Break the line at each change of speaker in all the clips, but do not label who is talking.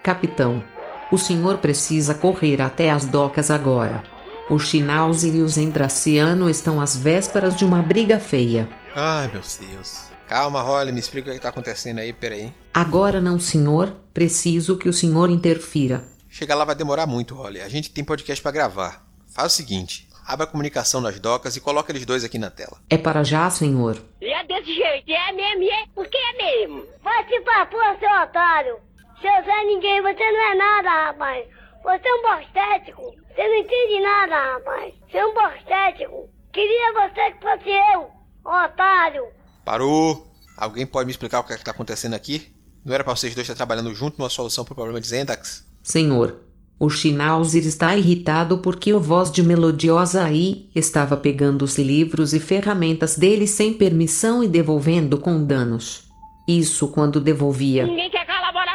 Capitão, o senhor precisa correr até as docas agora. O Schnauzir e o Zendraciano estão às vésperas de uma briga feia.
Ai, meu Deus. Calma, Holly, me explica o que está acontecendo aí, peraí.
Agora não, senhor. Preciso que o senhor interfira.
Chegar lá vai demorar muito, Holly. A gente tem podcast para gravar. Faz o seguinte, abre a comunicação nas docas e coloca eles dois aqui na tela.
É para já, senhor.
E é desse jeito, é mesmo, é porque é mesmo.
Vai se pra porra, seu otário. Seu Zé Ninguém, você não é nada, rapaz. Você é um bostético. Você não entende nada, rapaz. Você é um bostético. Queria você que fosse eu, otário.
Parou! Alguém pode me explicar o que é que tá acontecendo aqui? Não era pra vocês dois estar trabalhando junto numa solução pro problema de Zendax?
Senhor, o Schnauzir está irritado porque o voz de melodiosa aí estava pegando os livros e ferramentas dele sem permissão e devolvendo com danos. Isso quando devolvia.
Ninguém quer colaborar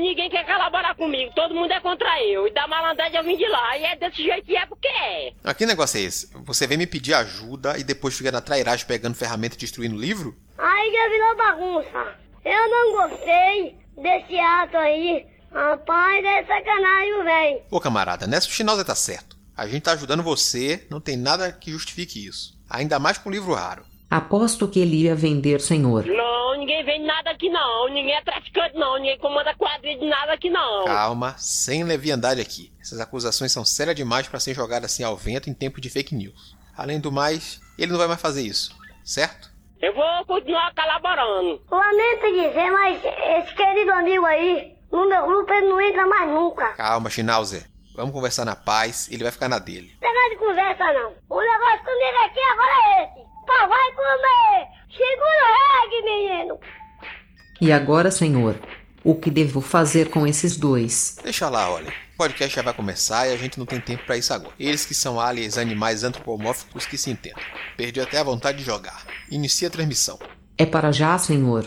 comigo. Todo mundo é contra eu. E da malandragem eu vim de lá. E é desse jeito que é porque é.
Ah, que negócio é esse? Você vem me pedir ajuda e depois fica na trairagem pegando ferramenta e destruindo o livro?
Aí já virou bagunça. Eu não gostei desse ato aí. Rapaz, é sacanagem, velho.
Ô camarada, nessa o Schnauzir tá certo. A gente tá ajudando você, não tem nada que justifique isso. Ainda mais com um livro raro.
Aposto que ele ia vender, senhor.
Não, ninguém vende nada aqui não. Ninguém é traficante não. Ninguém comanda quadrilha de nada aqui não.
Calma, sem leviandade aqui. Essas acusações são sérias demais para ser jogadas assim ao vento em tempo de fake news. Além do mais, ele não vai mais fazer isso, certo?
Eu vou continuar colaborando.
Lamento dizer, mas esse querido amigo aí, no meu grupo ele não entra mais nunca.
Calma, Schnauzir. Vamos conversar na paz, ele vai ficar na dele.
Não tem nada de conversa não. O negócio comigo aqui agora é esse. Pá, vai comer! Segura o reggae, menino!
E agora, senhor, o que devo fazer com esses dois?
Deixa lá, olha. O podcast já vai começar e a gente não tem tempo pra isso agora. Eles que são aliens, animais antropomórficos que se entendem. Perdi até a vontade de jogar. Inicia a transmissão.
É para já, senhor.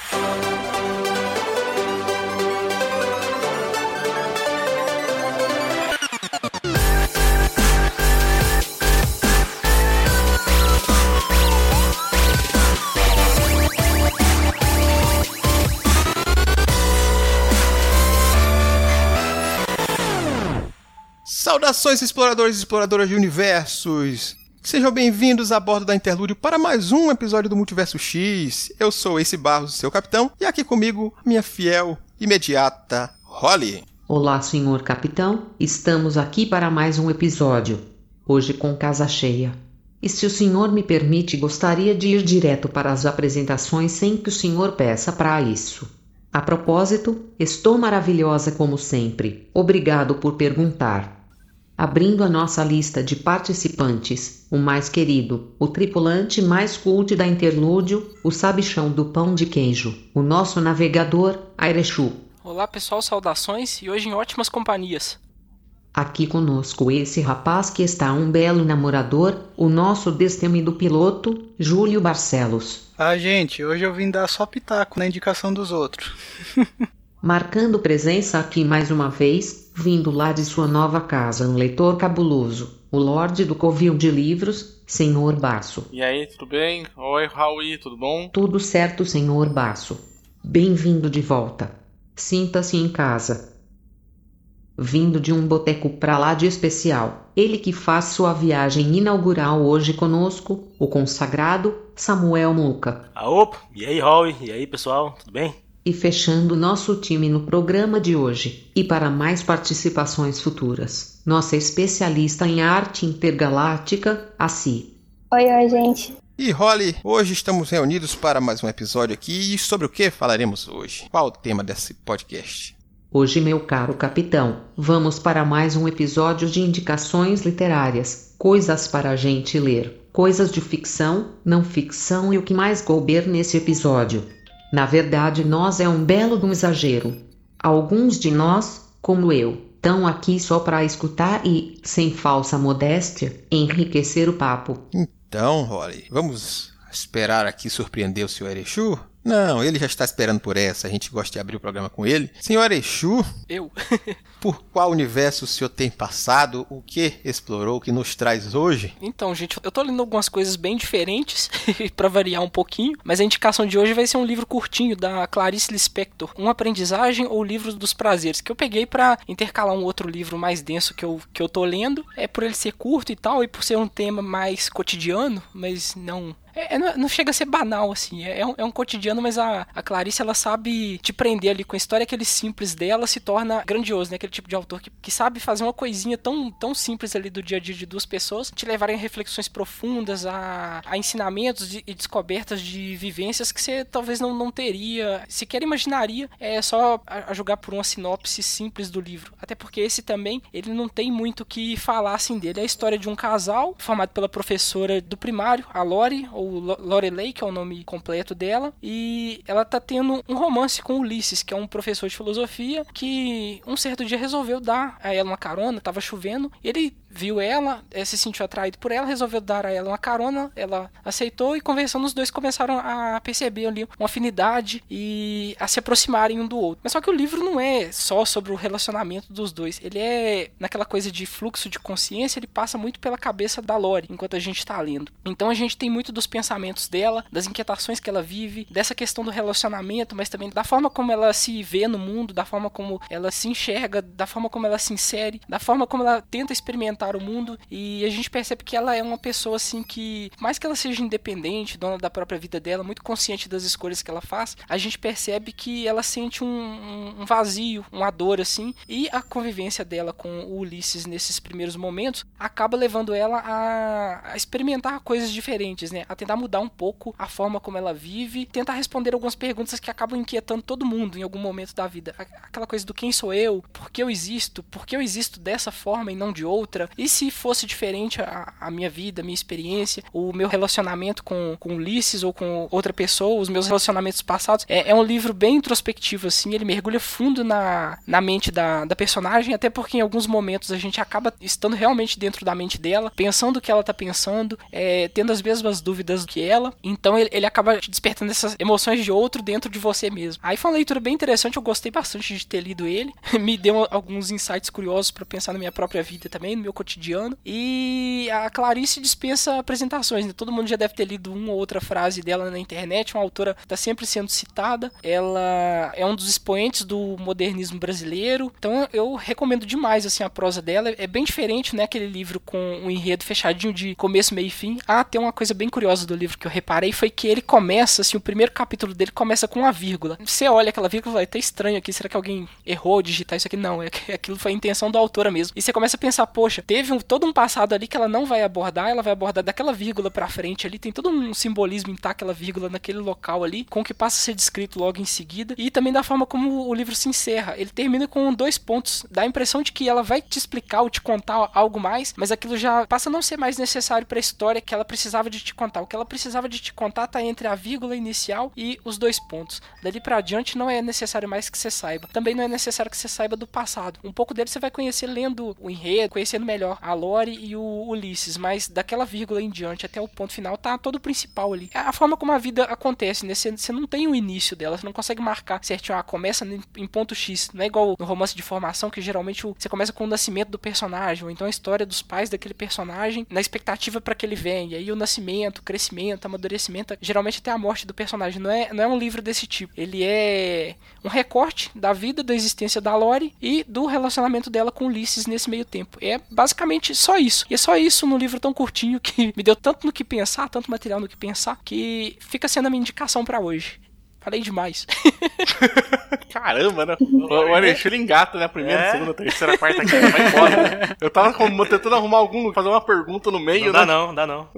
Saudações, exploradores e exploradoras de universos! Sejam bem-vindos a bordo da Interlúdio para mais um episódio do Multiverso X. Eu sou Ace Barros, seu capitão, e aqui comigo, minha fiel, imediata, Holly.
Olá, senhor capitão. Estamos aqui para mais um episódio. Hoje com casa cheia. E se o senhor me permite, gostaria de ir direto para as apresentações sem que o senhor peça para isso. A propósito, estou maravilhosa como sempre. Obrigado por perguntar. Abrindo a nossa lista de participantes, o mais querido, o tripulante mais cult da Interlúdio, o sabichão do pão de queijo, o nosso navegador, Airechu.
Olá pessoal, saudações e hoje em ótimas companhias.
Aqui conosco esse rapaz que está um belo namorador, o nosso destemido piloto, Júlio Barcelos.
Ah, gente, hoje eu vim dar só pitaco na indicação dos outros.
Marcando presença aqui mais uma vez, vindo lá de sua nova casa, um leitor cabuloso, o Lorde do Covil de Livros, Senhor Basso.
E aí, tudo bem? Oi, Raul, tudo bom?
Tudo certo, Senhor Basso. Bem-vindo de volta. Sinta-se em casa. Vindo de um boteco pra lá de especial, ele que faz sua viagem inaugural hoje conosco, o consagrado Samuel Muca.
Opa, e aí, Raul? E aí, pessoal, tudo bem?
E fechando nosso time no programa de hoje, e para mais participações futuras, nossa especialista em arte intergaláctica, a Si.
Oi, gente.
E Holly, hoje estamos reunidos para mais um episódio aqui, e sobre o que falaremos hoje? Qual o tema desse podcast?
Hoje, meu caro capitão, vamos para mais um episódio de indicações literárias, coisas para a gente ler, coisas de ficção, não ficção e o que mais couber nesse episódio. Na verdade, nós é um belo de um exagero. Alguns de nós, como eu, estão aqui só para escutar e, sem falsa modéstia, enriquecer o papo.
Então, Holly, vamos esperar aqui surpreender o Sr. Airechu? Não, ele já está esperando por essa. A gente gosta de abrir o programa com ele. Senhor Exu,
Eu.
por qual universo o senhor tem passado? O que explorou, o que nos traz hoje?
Então, gente, eu tô lendo algumas coisas bem diferentes, pra variar um pouquinho, mas a indicação de hoje vai ser um livro curtinho da Clarice Lispector, Uma Aprendizagem ou Livro dos Prazeres, que eu peguei pra intercalar um outro livro mais denso que eu tô lendo. É por ele ser curto e tal, e por ser um tema mais cotidiano, mas não chega a ser banal, assim, é um cotidiano, mas a Clarice, ela sabe te prender ali com a história, aquele simples dela se torna grandioso, né, aquele tipo de autor que sabe fazer uma coisinha tão simples ali do dia a dia de duas pessoas, te levarem a reflexões profundas, a ensinamentos e descobertas de vivências que você talvez não teria, sequer imaginaria, só a julgar por uma sinopse simples do livro, até porque esse também, ele não tem muito o que falar, assim, dele, é a história de um casal, formado pela professora do primário, a Lori, ou Lorelei, que é o nome completo dela, e ela tá tendo um romance com Ulisses, que é um professor de filosofia, que um certo dia resolveu dar a ela uma carona, tava chovendo, ele viu ela, se sentiu atraído por ela, resolveu dar a ela uma carona, ela aceitou e conversando os dois começaram a perceber ali uma afinidade e a se aproximarem um do outro. Mas só que o livro não é só sobre o relacionamento dos dois, ele é naquela coisa de fluxo de consciência, ele passa muito pela cabeça da Lori enquanto a gente tá lendo. Então a gente tem muito dos pensamentos dela, das inquietações que ela vive, dessa questão do relacionamento, mas também da forma como ela se vê no mundo, da forma como ela se enxerga, da forma como ela se insere, da forma como ela tenta experimentar o mundo, e a gente percebe que ela é uma pessoa assim que, mais que ela seja independente, dona da própria vida dela, muito consciente das escolhas que ela faz, a gente percebe que ela sente um vazio, uma dor assim, e a convivência dela com o Ulisses nesses primeiros momentos acaba levando ela a experimentar coisas diferentes, né? A tentar mudar um pouco a forma como ela vive, tentar responder algumas perguntas que acabam inquietando todo mundo em algum momento da vida. Aquela coisa do quem sou eu, por que eu existo dessa forma e não de outra, e se fosse diferente a minha vida, a minha experiência, o meu relacionamento com Ulisses ou com outra pessoa, os meus relacionamentos passados. É um livro bem introspectivo, assim, ele mergulha fundo na mente da personagem, até porque em alguns momentos a gente acaba estando realmente dentro da mente dela, pensando o que ela tá pensando, tendo as mesmas dúvidas que ela, então ele acaba te despertando essas emoções de outro dentro de você mesmo. Aí foi uma leitura bem interessante, eu gostei bastante de ter lido ele, me deu alguns insights curiosos para pensar na minha própria vida também, no meu cotidiano, e a Clarice dispensa apresentações, né? Todo mundo já deve ter lido uma ou outra frase dela na internet, uma autora que está sempre sendo citada, ela é um dos expoentes do modernismo brasileiro, então eu recomendo demais assim, a prosa dela, é bem diferente, né, aquele livro com um enredo fechadinho de começo, meio e fim. Tem uma coisa bem curiosa do livro que eu reparei, foi que ele começa, assim, o primeiro capítulo dele começa com uma vírgula. Você olha aquela vírgula e fala, tá estranho aqui, será que alguém errou ao digitar isso aqui? Não, aquilo foi a intenção da autora mesmo. E você começa a pensar, poxa, teve todo um passado ali que ela não vai abordar, ela vai abordar daquela vírgula pra frente ali, tem todo um simbolismo em tá aquela vírgula naquele local ali, com o que passa a ser descrito logo em seguida, e também da forma como o livro se encerra. Ele termina com 2 pontos, dá a impressão de que ela vai te explicar ou te contar algo mais, mas aquilo já passa a não ser mais necessário pra história que ela precisava de te contar. O que ela precisava de te contar tá entre a vírgula inicial e os 2 pontos. Dali pra adiante não é necessário mais que você saiba. Também não é necessário que você saiba do passado. Um pouco dele você vai conhecer lendo o enredo, conhecendo melhor a Lori e o Ulisses, mas daquela vírgula em diante até o ponto final tá todo o principal ali. É a forma como a vida acontece, né? Você não tem o início dela, você não consegue marcar certinho, começa em ponto X. Não é igual no romance de formação que geralmente você começa com o nascimento do personagem, ou então a história dos pais daquele personagem na expectativa para que ele venha, e aí o nascimento, o crescimento, o amadurecimento, geralmente até a morte do personagem. Não é um livro desse tipo. Ele é um recorte da vida, da existência da Lori e do relacionamento dela com Ulisses nesse meio tempo. É basicamente só isso. E é só isso num livro tão curtinho que me deu tanto no que pensar, tanto material no que pensar, que fica sendo a minha indicação pra hoje. Falei demais.
Caramba, né? O Alexandre ele engata, né? Primeira, segunda, terceira, quarta, quinta, vai embora. Né? Eu tava tentando arrumar fazer uma pergunta no meio, né?
Não dá não.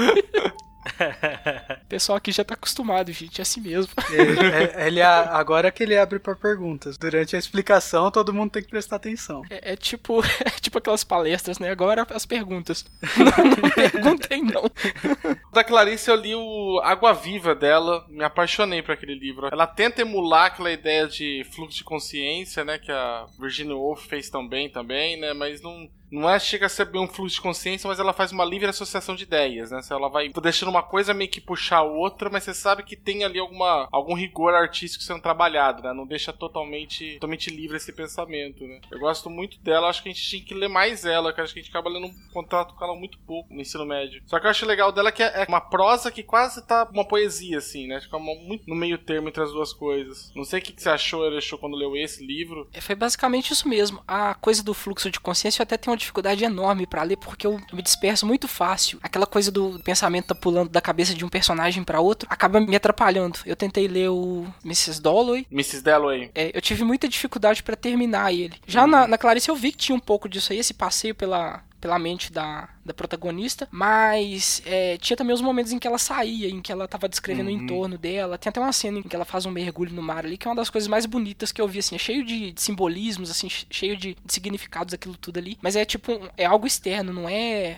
O pessoal aqui já tá acostumado, gente, é assim mesmo.
Agora que ele abre pra perguntas. Durante a explicação, todo mundo tem que prestar atenção.
É tipo aquelas palestras, né? Agora as perguntas. Não perguntem, não.
Da Clarice eu li o Água Viva dela, me apaixonei por aquele livro. Ela tenta emular aquela ideia de fluxo de consciência, né? Que a Virginia Woolf fez tão bem também, né? Mas não chega a ser bem um fluxo de consciência, mas ela faz uma livre associação de ideias, né? Ela vai deixando uma coisa meio que puxar a outra, mas você sabe que tem ali algum rigor artístico sendo trabalhado, né? Não deixa totalmente livre esse pensamento, né? Eu gosto muito dela, acho que a gente tinha que ler mais ela, que acho que a gente acaba lendo um contrato com ela muito pouco no ensino médio. Só que eu acho legal dela que é uma prosa que quase tá uma poesia, assim, né? Fica muito no meio termo entre as duas coisas. Não sei o que você achou, Erechô, quando leu esse livro.
Foi basicamente isso mesmo. A coisa do fluxo de consciência eu até tenho uma dificuldade enorme pra ler, porque eu me disperso muito fácil. Aquela coisa do pensamento tá pulando da cabeça de um personagem pra outro, acaba me atrapalhando. Eu tentei ler o Mrs. Dalloway. Eu tive muita dificuldade pra terminar ele. Já na Clarice eu vi que tinha um pouco disso aí, esse passeio pela mente da protagonista, mas tinha também os momentos em que ela saía, em que ela tava descrevendo o entorno dela. Tem até uma cena em que ela faz um mergulho no mar ali, que é uma das coisas mais bonitas que eu vi, assim, é cheio de simbolismos, assim, cheio de significados, aquilo tudo ali, mas é tipo, é algo externo, não é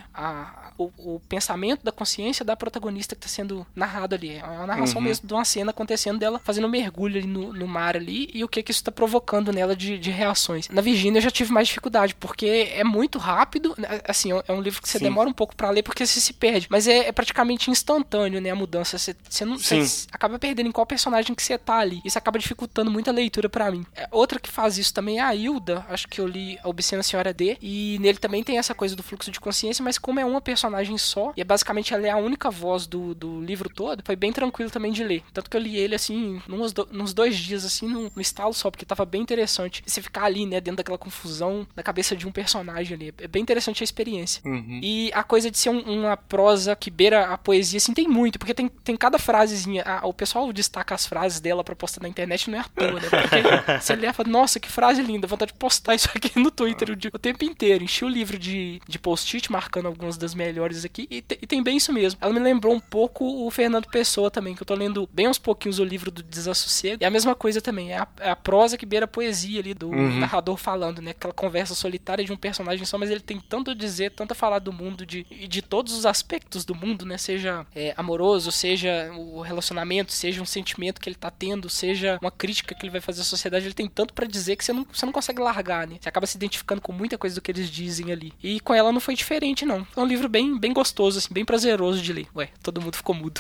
o pensamento da consciência da protagonista que tá sendo narrado ali, é uma narração mesmo de uma cena acontecendo dela fazendo um mergulho ali no mar ali, e o que isso tá provocando nela de reações. Na Virgínia eu já tive mais dificuldade, porque é muito rápido, assim, é um livro que você demora um pouco pra ler porque você se perde, mas é praticamente instantâneo, né, a mudança, você acaba perdendo em qual personagem que você tá ali, isso acaba dificultando muito a leitura pra mim. Outra que faz isso também é a Hilda, acho que eu li A Obscena Senhora D, e nele também tem essa coisa do fluxo de consciência, mas como é uma personagem só, e basicamente ela é a única voz do livro todo, foi bem tranquilo também de ler, tanto que eu li ele assim, nos 2 dias assim, no estalo só, porque tava bem interessante, você ficar ali, né, dentro daquela confusão na cabeça de um personagem ali, é bem interessante a experiência. E a coisa de ser uma prosa que beira a poesia, assim, tem muito, porque tem cada frasezinha, o pessoal destaca as frases dela pra postar na internet, não é à toa, né, porque você lê e fala, nossa, que frase linda, vontade de postar isso aqui no Twitter o tempo inteiro, enchi o livro de post-it, marcando algumas das melhores aqui, e tem bem isso mesmo. Ela me lembrou um pouco o Fernando Pessoa também, que eu tô lendo bem aos pouquinhos o livro do Desassossego, e a mesma coisa também, é a prosa que beira a poesia ali do narrador falando, né, aquela conversa solitária de um personagem só, mas ele tem tanto a dizer, tanto a falar do mundo, de todos os aspectos do mundo, né, seja amoroso, seja o relacionamento, seja um sentimento que ele tá tendo, seja uma crítica que ele vai fazer à sociedade, ele tem tanto pra dizer que você não consegue largar, né, você acaba se identificando com muita coisa do que eles dizem ali, e com ela não foi diferente não, é um livro bem, bem gostoso, assim, bem prazeroso de ler. Ué, todo mundo ficou mudo.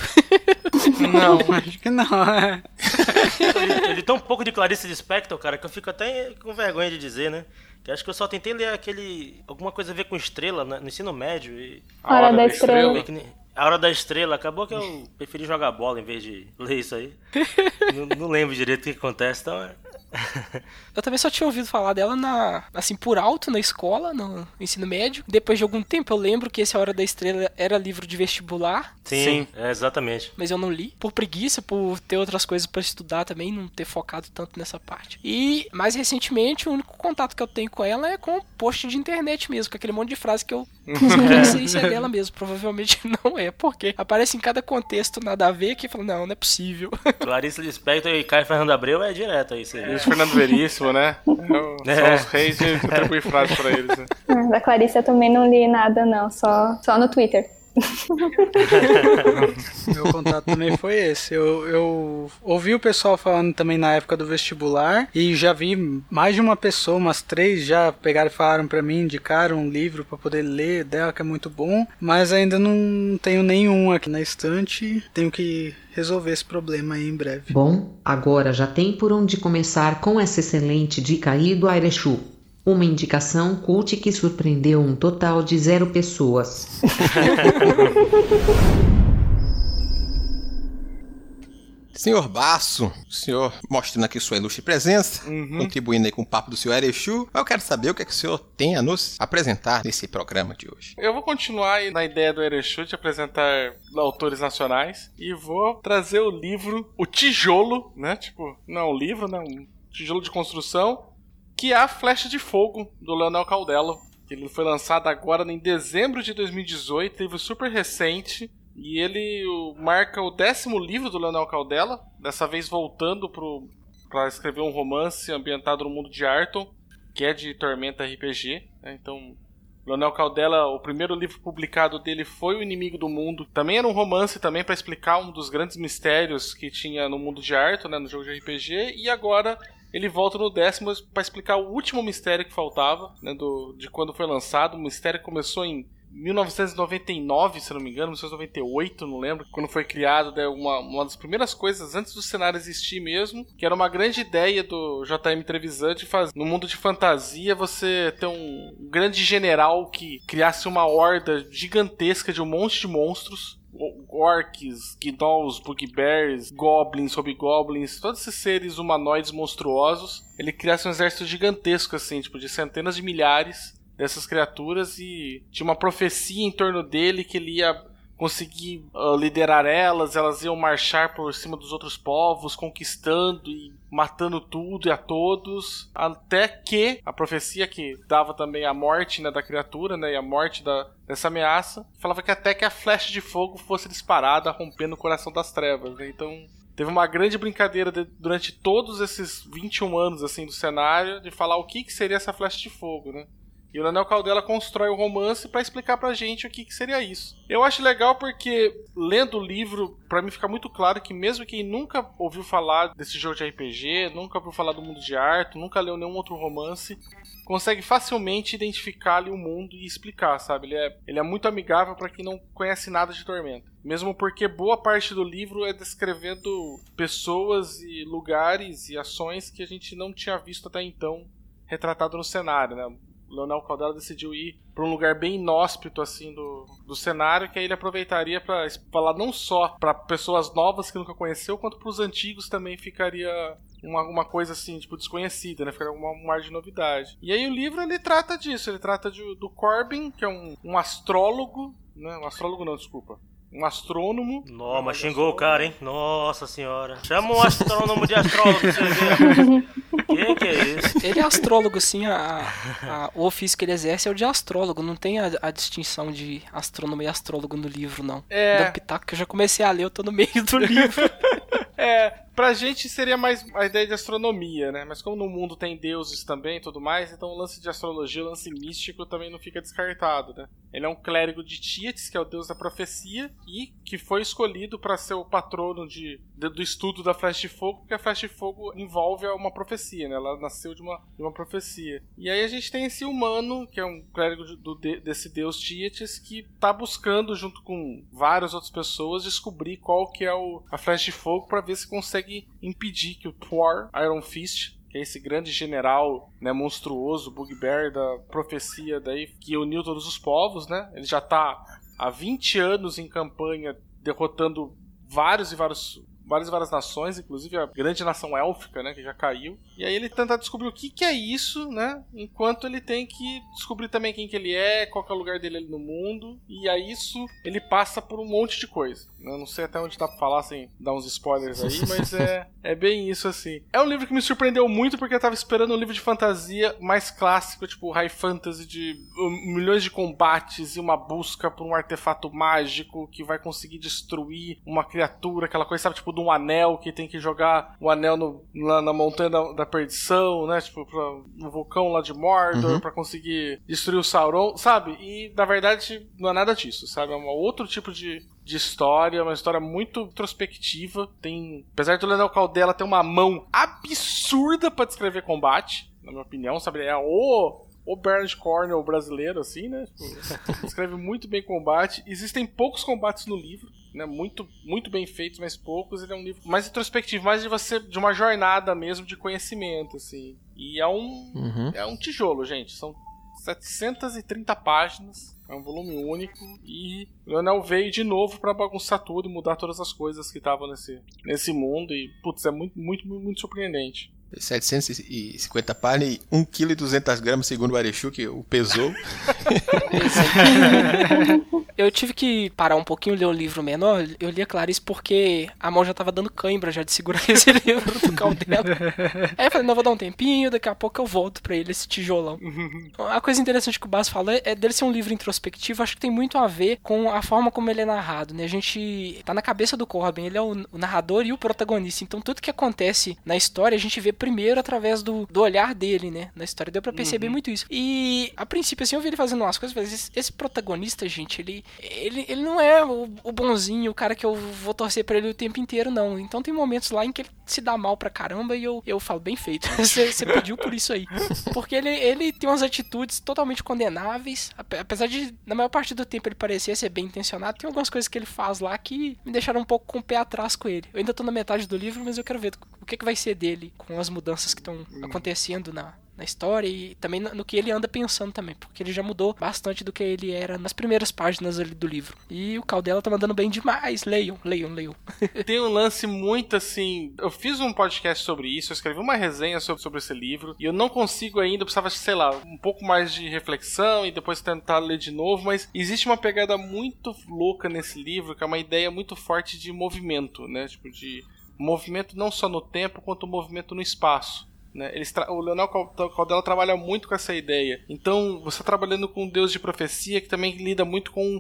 Não, acho que não.
Ele tem um pouco de Clarice Lispector, cara, que eu fico até com vergonha de dizer, né? Que acho que eu só tentei ler alguma coisa a ver com estrela, né, no ensino médio. E
A Hora da Estrela.
A Hora da Estrela. Acabou que eu preferi jogar bola em vez de ler isso aí. não lembro direito o que acontece, então...
Eu também só tinha ouvido falar dela assim, por alto na escola, no ensino médio. Depois de algum tempo eu lembro que esse A Hora da Estrela era livro de vestibular.
Sim. Exatamente.
Mas eu não li, por preguiça, por ter outras coisas pra estudar também, não ter focado tanto nessa parte. E, mais recentemente, o único contato que eu tenho com ela é com post de internet mesmo, com aquele monte de frase que eu não sei se é dela mesmo. Provavelmente não é, porque aparece em cada contexto nada a ver que fala, não é possível.
Clarice Lispector e Caio Fernando Abreu é direto aí.
E o Fernando Veríssimo, né? São os reis de atribuir frases pra eles, né?
Da Clarice eu também não li nada, não. Só no Twitter.
Meu contato também foi esse. Eu ouvi o pessoal falando também na época do vestibular e já vi mais de uma pessoa, umas 3 já pegaram e falaram pra mim, indicaram um livro pra poder ler dela, que é muito bom, mas ainda não tenho nenhum aqui na estante. Tenho que resolver esse problema aí em breve.
Bom, agora já tem por onde começar com essa excelente dica aí do Airechu. Uma indicação cult que surpreendeu um total de 0 pessoas.
Senhor Basso, o senhor mostrando aqui sua ilustre presença, contribuindo aí com o papo do senhor Erechu, eu quero saber o que é que o senhor tem a nos apresentar nesse programa de hoje.
Eu vou continuar aí na ideia do Erechu de apresentar autores nacionais e vou trazer o livro O Tijolo, né? Tipo, não um livro, né? Um tijolo de construção, que é A Flecha de Fogo, do Leonel Caldela. Ele foi lançado agora em dezembro de 2018, livro super recente. E ele marca o 10º livro do Leonel Caldela, dessa vez voltando para escrever um romance ambientado no mundo de Arton, que é de Tormenta RPG. Né? Então, Leonel Caldela, o primeiro livro publicado dele foi O Inimigo do Mundo. Também era um romance também para explicar um dos grandes mistérios que tinha no mundo de Arton, né, no jogo de RPG. E agora ele volta no 10º pra explicar o último mistério que faltava, né, de quando foi lançado. O mistério que começou em 1999, se não me engano, 1998, não lembro, quando foi criado, né, uma das primeiras coisas antes do cenário existir mesmo, que era uma grande ideia do J.M. Trevisan de fazer, no mundo de fantasia, você ter um grande general que criasse uma horda gigantesca de um monte de monstros, orcs, gnolls, bugbears, goblins, hobgoblins, todos esses seres humanoides monstruosos. Ele criasse um exército gigantesco, assim, tipo, de centenas de milhares dessas criaturas, e tinha uma profecia em torno dele que ele ia conseguir liderar elas iam marchar por cima dos outros povos, conquistando e matando tudo e a todos, até que a profecia que dava também a morte, né, da criatura, né, e a morte dessa ameaça, falava que até que a flecha de fogo fosse disparada, rompendo o coração das trevas, né? Então teve uma grande brincadeira durante todos esses 21 anos assim, do cenário, de falar o que seria essa flecha de fogo, né? E o Leonel Caldela constrói o romance pra explicar pra gente o que seria isso. Eu acho legal porque, lendo o livro, pra mim fica muito claro que mesmo quem nunca ouviu falar desse jogo de RPG, nunca ouviu falar do mundo de Arthur, nunca leu nenhum outro romance, consegue facilmente identificar ali o mundo e explicar, sabe? Ele é muito amigável pra quem não conhece nada de Tormenta. Mesmo porque boa parte do livro é descrevendo pessoas e lugares e ações que a gente não tinha visto até então retratado no cenário, né? Leonel Caldela decidiu ir para um lugar bem inóspito assim do cenário, que aí ele aproveitaria para falar não só para pessoas novas que nunca conheceu, quanto para os antigos também ficaria uma coisa assim, tipo, desconhecida, né? Ficaria um ar de novidade. E aí o livro, ele trata disso, ele trata do Corbin, que é um astrólogo, né? Um astrólogo não, desculpa. Um astrônomo.
Nossa, mas xingou o cara, hein? Nossa senhora. Chama um astrônomo de astrólogo pra você ver. Que é isso?
Ele é astrólogo, sim. O ofício que ele exerce é o de astrólogo. Não tem a distinção de astrônomo e astrólogo no livro, não.
É.
Da pitaco que eu já comecei a ler, eu tô no meio do livro.
Pra gente seria mais a ideia de astronomia, né? Mas como no mundo tem deuses também e tudo mais, então o lance de astrologia, o lance místico também não fica descartado, né? Ele é um clérigo de Tietes, que é o deus da profecia, e que foi escolhido para ser o patrono do estudo da flecha de fogo, porque a flecha de fogo envolve uma profecia, né? Ela nasceu de uma profecia. E aí a gente tem esse humano, que é um clérigo desse deus Tietes, que tá buscando, junto com várias outras pessoas, descobrir qual que é a flecha de fogo, para ver se consegue impedir que o Thor, Iron Fist, que é esse grande general, né, monstruoso, bugbear da profecia daí, que uniu todos os povos, né? Ele já tá há 20 anos em campanha, derrotando várias nações, inclusive a grande nação élfica, né, que já caiu. E aí ele tenta descobrir o que é isso, né, enquanto ele tem que descobrir também quem que ele é, qual que é o lugar dele ali no mundo. E a isso ele passa por um monte de coisa. Eu não sei até onde dá pra falar sem dar uns spoilers aí, mas é bem isso, assim. É um livro que me surpreendeu muito, porque eu tava esperando um livro de fantasia mais clássico, tipo high fantasy, de milhões de combates e uma busca por um artefato mágico que vai conseguir destruir uma criatura, aquela coisa, sabe, tipo de um anel, que tem que jogar o anel na montanha da perdição, né, tipo no vulcão lá de Mordor, pra conseguir destruir o Sauron, sabe? E na verdade não é nada disso, sabe? É um outro tipo de história, uma história muito introspectiva. Apesar do Leonel Caldela ter uma mão absurda pra descrever combate, na minha opinião, sabe? É o Bernard Cornwell brasileiro, assim, né? Tipo, escreve muito bem combate. Existem poucos combates no livro, né? Muito, muito bem feitos, mas poucos. Ele é um livro mais introspectivo, mais de uma jornada mesmo de conhecimento, assim. E é um tijolo, gente. São 730 páginas. É um volume único. E o Leonel veio de novo pra bagunçar tudo e mudar todas as coisas que estavam nesse mundo. E, putz, é muito, muito, muito surpreendente.
750 páginas e 1,2 kg, segundo o Arechu, que o pesou.
Eu tive que parar um pouquinho, ler um livro menor. Eu li a Clarice porque a mão já tava dando cãibra já de segurar esse livro do Caldela. Aí eu falei, não, vou dar um tempinho, daqui a pouco eu volto pra ele, esse tijolão. A coisa interessante que o Bas fala é dele ser um livro introspectivo. Acho que tem muito a ver com a forma como ele é narrado, né? A gente tá na cabeça do Corbin, ele é o narrador e o protagonista. Então tudo que acontece na história a gente vê primeiro através do olhar dele, né? Na história deu pra perceber muito isso. E a princípio, assim, eu vi ele fazendo umas coisas, mas esse protagonista, gente, que ele não é o bonzinho, o cara que eu vou torcer pra ele o tempo inteiro, não. Então tem momentos lá em que ele se dá mal pra caramba e eu falo, bem feito, você pediu por isso aí. Porque ele tem umas atitudes totalmente condenáveis, apesar de, na maior parte do tempo, ele parecer ser bem intencionado, tem algumas coisas que ele faz lá que me deixaram um pouco com o pé atrás com ele. Eu ainda tô na metade do livro, mas eu quero ver o que vai ser dele com as mudanças que estão acontecendo na história e também no que ele anda pensando também, porque ele já mudou bastante do que ele era nas primeiras páginas ali do livro. E o Caldela tá mandando bem demais. Leiam.
Tem um lance muito assim... Eu fiz um podcast sobre isso, eu escrevi uma resenha sobre esse livro, e eu não consigo ainda, eu precisava, sei lá, um pouco mais de reflexão e depois tentar ler de novo, mas existe uma pegada muito louca nesse livro, que é uma ideia muito forte de movimento, né? Tipo, de movimento não só no tempo, quanto movimento no espaço. Né? O Leonel Caldela trabalha muito com essa ideia. Então você trabalhando com um Deus de profecia que também lida muito com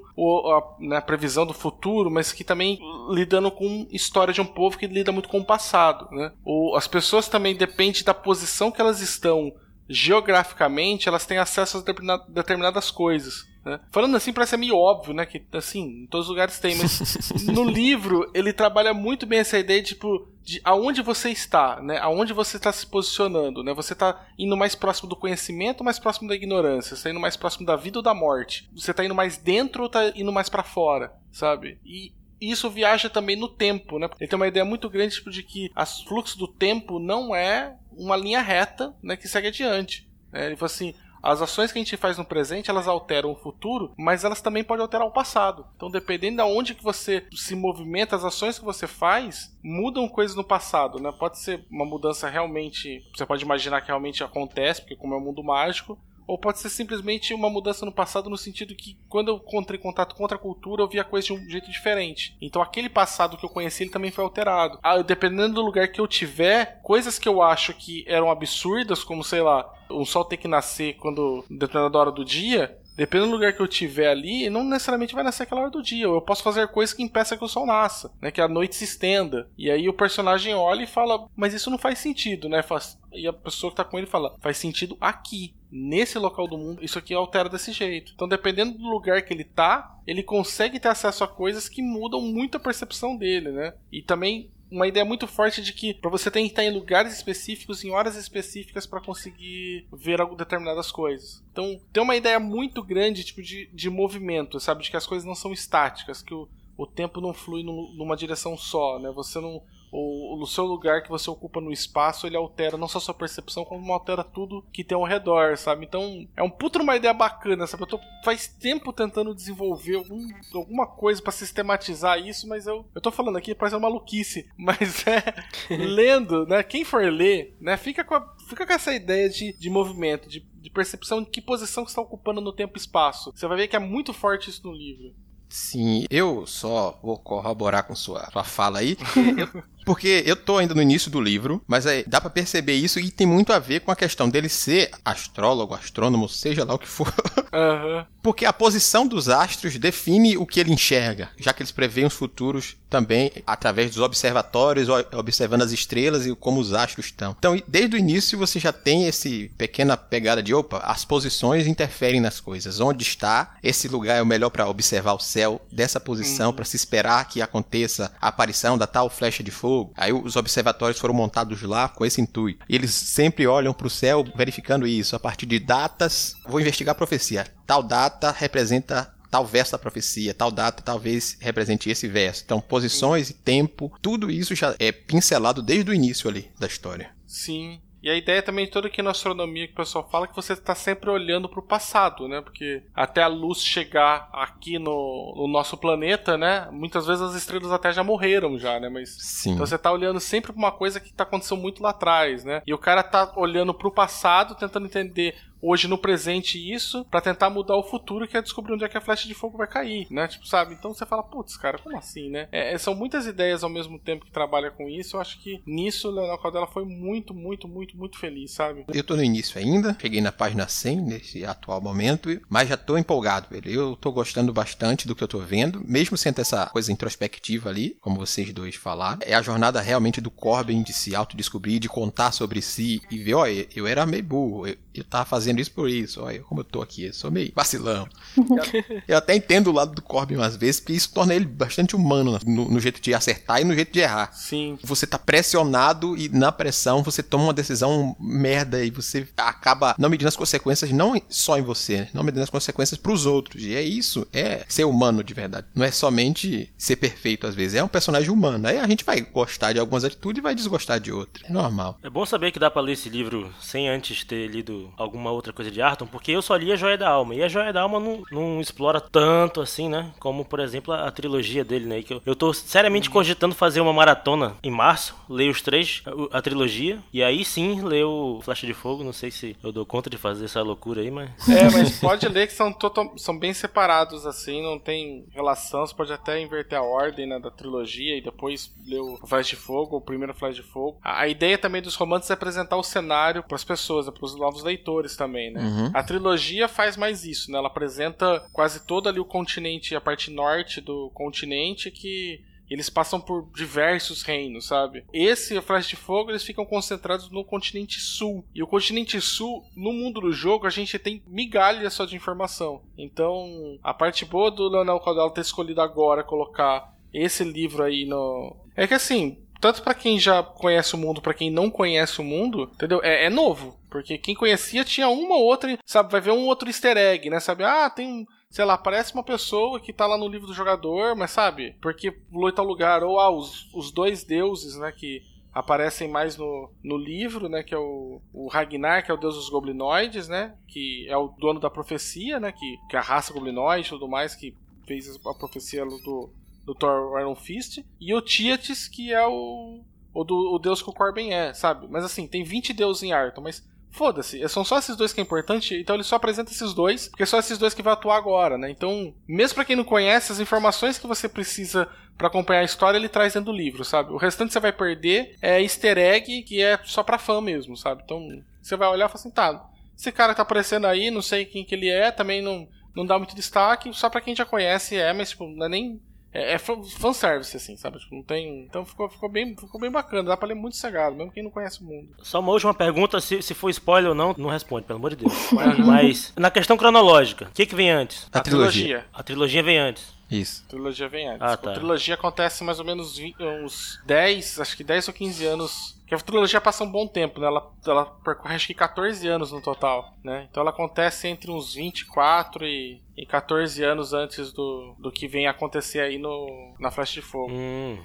a previsão do futuro, mas que também lidando com história de um povo que lida muito com o passado, né? As pessoas também, depende da posição que elas estão geograficamente, elas têm acesso a determinadas coisas, né? Falando assim parece meio óbvio, né? Que assim, em todos os lugares tem, mas no livro ele trabalha muito bem essa ideia de aonde você está, né? Aonde você está se posicionando, né? Você está indo mais próximo do conhecimento, mais próximo da ignorância, você está indo mais próximo da vida ou da morte, você está indo mais dentro ou está indo mais para fora, sabe? E isso viaja também no tempo, né? Ele tem uma ideia muito grande tipo, de que o fluxo do tempo não é uma linha reta, né, que segue adiante. Ele fala assim, as ações que a gente faz no presente, elas alteram o futuro, mas elas também podem alterar o passado. Então, dependendo de onde que você se movimenta, as ações que você faz, mudam coisas no passado, né? Pode ser uma mudança realmente, você pode imaginar que realmente acontece, porque como é um mundo mágico, ou pode ser simplesmente uma mudança no passado no sentido que quando eu entrei em contato com outra cultura eu vi a coisa de um jeito diferente. Então aquele passado que eu conheci ele também foi alterado. Dependendo do lugar que eu tiver, coisas que eu acho que eram absurdas, como sei lá, o sol ter que nascer quando determinada hora do dia, dependendo do lugar que eu tiver ali, não necessariamente vai nascer aquela hora do dia. Eu posso fazer coisas que impeçam que o sol nasça, né? Que a noite se estenda. E aí o personagem olha e fala, mas isso não faz sentido, né? E a pessoa que tá com ele fala, faz sentido aqui, nesse local do mundo, isso aqui altera desse jeito. Então dependendo do lugar que ele tá, ele consegue ter acesso a coisas que mudam muito a percepção dele, né? E também uma ideia muito forte de que para você tem que estar em lugares específicos, em horas específicas para conseguir ver determinadas coisas. Então tem uma ideia muito grande tipo de movimento, sabe? De que as coisas não são estáticas, que o tempo não flui numa direção só, né? Você não... O seu lugar que você ocupa no espaço, ele altera não só a sua percepção, como altera tudo que tem ao redor, sabe? Então, é um puto uma ideia bacana, sabe? Eu tô faz tempo tentando desenvolver alguma coisa pra sistematizar isso, mas eu tô falando aqui, parece uma maluquice, mas lendo, né? Quem for ler, né? Fica com essa ideia de movimento, de percepção de que posição que você está ocupando no tempo e espaço. Você vai ver que é muito forte isso no livro.
Sim, eu só vou corroborar com sua fala aí, porque eu tô ainda no início do livro, mas dá pra perceber isso e tem muito a ver com a questão dele ser astrólogo, astrônomo, seja lá o que for.
Uhum.
Porque a posição dos astros define o que ele enxerga, já que eles preveem os futuros também através dos observatórios, observando as estrelas e como os astros estão. Então, desde o início você já tem esse pequena pegada de, as posições interferem nas coisas. Onde está, esse lugar é o melhor para observar o céu dessa posição, para se esperar que aconteça a aparição da tal flecha de fogo. Aí os observatórios foram montados lá com esse intuito. E eles sempre olham para o céu verificando isso. A partir de datas, vou investigar a profecia. Tal data representa tal verso da profecia, tal data talvez represente esse verso. Então, posições e tempo, tudo isso já é pincelado desde o início ali da história.
Sim. E a ideia também toda aqui na astronomia que o pessoal fala que você está sempre olhando para o passado, né? Porque até a luz chegar aqui no nosso planeta, né? Muitas vezes as estrelas até já morreram já, né? Mas
sim.
Então você está olhando sempre para uma coisa que aconteceu muito lá atrás, né? E o cara tá olhando para o passado, tentando entender hoje no presente isso, pra tentar mudar o futuro, que é descobrir onde é que a flecha de fogo vai cair, né? Tipo, sabe? Então você fala, putz, cara, como assim, né? São muitas ideias ao mesmo tempo que trabalha com isso. Eu acho que nisso o Leonel Caldela foi muito, muito, muito, muito feliz, sabe?
Eu tô no início ainda, cheguei na página 100 nesse atual momento, mas já tô empolgado, velho. Eu tô gostando bastante do que eu tô vendo, mesmo sendo essa coisa introspectiva ali, como vocês dois falaram. É a jornada realmente do Corbin de se autodescobrir, de contar sobre si e ver, eu era meio burro. eu tava fazendo isso por isso, olha como eu tô aqui, eu sou meio vacilão. Eu até entendo o lado do Corbin às vezes, porque isso torna ele bastante humano no jeito de acertar e no jeito de errar.
Sim.
Você tá pressionado e na pressão você toma uma decisão merda e você acaba não medindo as consequências não só em você, não medindo as consequências pros outros. E é isso, é ser humano de verdade. Não é somente ser perfeito às vezes, é um personagem humano. Aí a gente vai gostar de algumas atitudes e vai desgostar de outras. É normal.
É bom saber que dá pra ler esse livro sem antes ter lido alguma outra coisa de Arton, porque eu só li a Joia da Alma. E a Joia da Alma não explora tanto assim, né? Como, por exemplo, a trilogia dele, né? Que eu tô seriamente cogitando fazer uma maratona em março, ler os 3, a trilogia, e aí sim ler o Flecha de Fogo. Não sei se eu dou conta de fazer essa loucura aí, mas...
Mas pode ler que são bem separados, assim, não tem relação. Você pode até inverter a ordem, né, da trilogia e depois ler o Flecha de Fogo, o primeiro Flecha de Fogo. A ideia também dos romances é apresentar o cenário pras pessoas, né, pros novos leitores também, né? A trilogia faz mais isso, né? Ela apresenta quase todo ali o continente, a parte norte do continente, que eles passam por diversos reinos, sabe? Esse Flecha de Fogo, eles ficam concentrados no continente sul. E o continente sul, no mundo do jogo, a gente tem migalhas só de informação. Então, a parte boa do Leonel Caldela ter escolhido agora colocar esse livro aí no... É que assim, tanto pra quem já conhece o mundo, pra quem não conhece o mundo, entendeu? É novo. Porque quem conhecia tinha uma ou outra, sabe? Vai ver um outro easter egg, né? Sabe? Tem... sei lá, parece uma pessoa que tá lá no livro do jogador, mas sabe, porque pulou em tal lugar, ou os 2 deuses, né, que aparecem mais no livro, né, que é o Ragnar, que é o deus dos goblinoides, né, que é o dono da profecia, né, que é a raça goblinoide e tudo mais, que fez a profecia do Thor Iron Fist, e o Tietes, que é o deus que o Corbin é, sabe, mas assim, tem 20 deuses em Arton, mas foda-se, são só esses 2 que é importante, então ele só apresenta esses 2, porque são esses 2 que vai atuar agora, né? Então, mesmo pra quem não conhece, as informações que você precisa pra acompanhar a história, ele traz dentro do livro, sabe? O restante você vai perder é easter egg, que é só pra fã mesmo, sabe? Então, você vai olhar e fala assim, tá, esse cara tá aparecendo aí, não sei quem que ele é, também não dá muito destaque, só pra quem já conhece mas tipo, não é nem... É fanservice, assim, sabe? Tipo, não tem... Então ficou bem bacana. Dá pra ler muito cegado, mesmo quem não conhece o mundo.
Só uma última pergunta, se for spoiler ou não responde, pelo amor de Deus. Mas, na questão cronológica, o que vem antes?
A trilogia.
A trilogia vem antes.
Isso.
A trilogia vem antes.
Ah, tá.
A trilogia acontece mais ou menos uns 10, acho que 10 ou 15 anos... Porque a trilogia passa um bom tempo, né? Ela percorre acho que 14 anos no total, né? Então ela acontece entre uns 24 e 14 anos antes do que vem acontecer aí na Flecha de Fogo.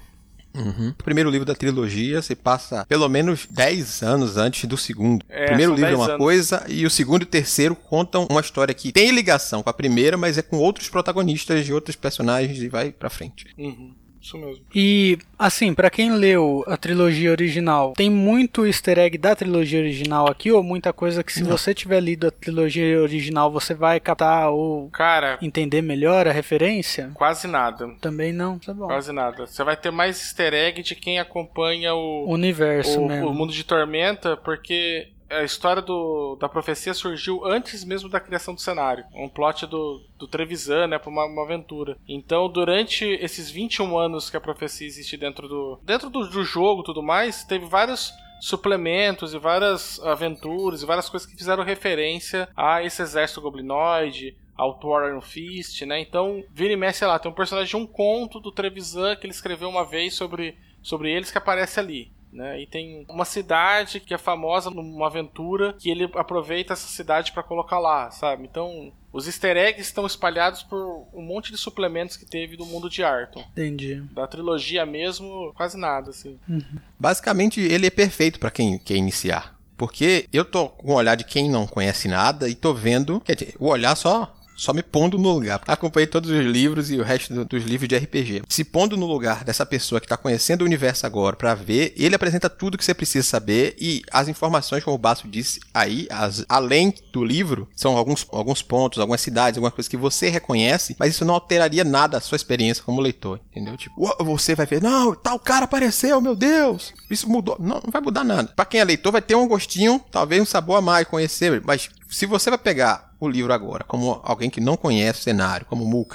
O primeiro livro da trilogia se passa pelo menos 10 anos antes do segundo. O primeiro livro é uma coisa e o segundo e o terceiro contam uma história que tem ligação com a primeira, mas é com outros protagonistas de outros personagens e vai pra frente.
Isso mesmo.
E, assim, pra quem leu a trilogia original, tem muito easter egg da trilogia original aqui, ou muita coisa que se você tiver lido a trilogia original, você vai captar ou entender melhor a referência?
Quase nada.
Também não, tá bom.
Quase nada. Você vai ter mais easter egg de quem acompanha o
universo mesmo.
O mundo de Tormenta, porque... A história da profecia surgiu antes mesmo da criação do cenário. Um plot do Trevisan, né, pra uma aventura. Então, durante esses 21 anos que a profecia existe dentro do jogo e tudo mais, teve vários suplementos e várias aventuras e várias coisas que fizeram referência a esse exército goblinoide, ao Thor Iron Fist, né? Então, vira e mexe, sei lá, tem um personagem de um conto do Trevisan que ele escreveu uma vez sobre eles que aparece ali. Né? E tem uma cidade que é famosa numa aventura que ele aproveita essa cidade pra colocar lá, sabe? Então, os easter eggs estão espalhados por um monte de suplementos que teve do mundo de Arton.
Entendi.
Da trilogia mesmo, quase nada, assim.
Basicamente, ele é perfeito pra quem quer iniciar. Porque eu tô com o olhar de quem não conhece nada e tô vendo... Quer dizer, o olhar só me pondo no lugar. Acompanhei todos os livros e o resto dos livros de RPG. Se pondo no lugar dessa pessoa que está conhecendo o universo agora para ver, ele apresenta tudo que você precisa saber e as informações, como o Basso disse aí, além do livro, são alguns pontos, algumas cidades, algumas coisas que você reconhece, mas isso não alteraria nada a sua experiência como leitor, entendeu? Tipo, você vai ver, não, tal cara apareceu, meu Deus, isso mudou. Não vai mudar nada. Para quem é leitor vai ter um gostinho, talvez um sabor a mais, conhecer, mas se você vai pegar o livro agora, como alguém que não conhece o cenário, como o Muca aí,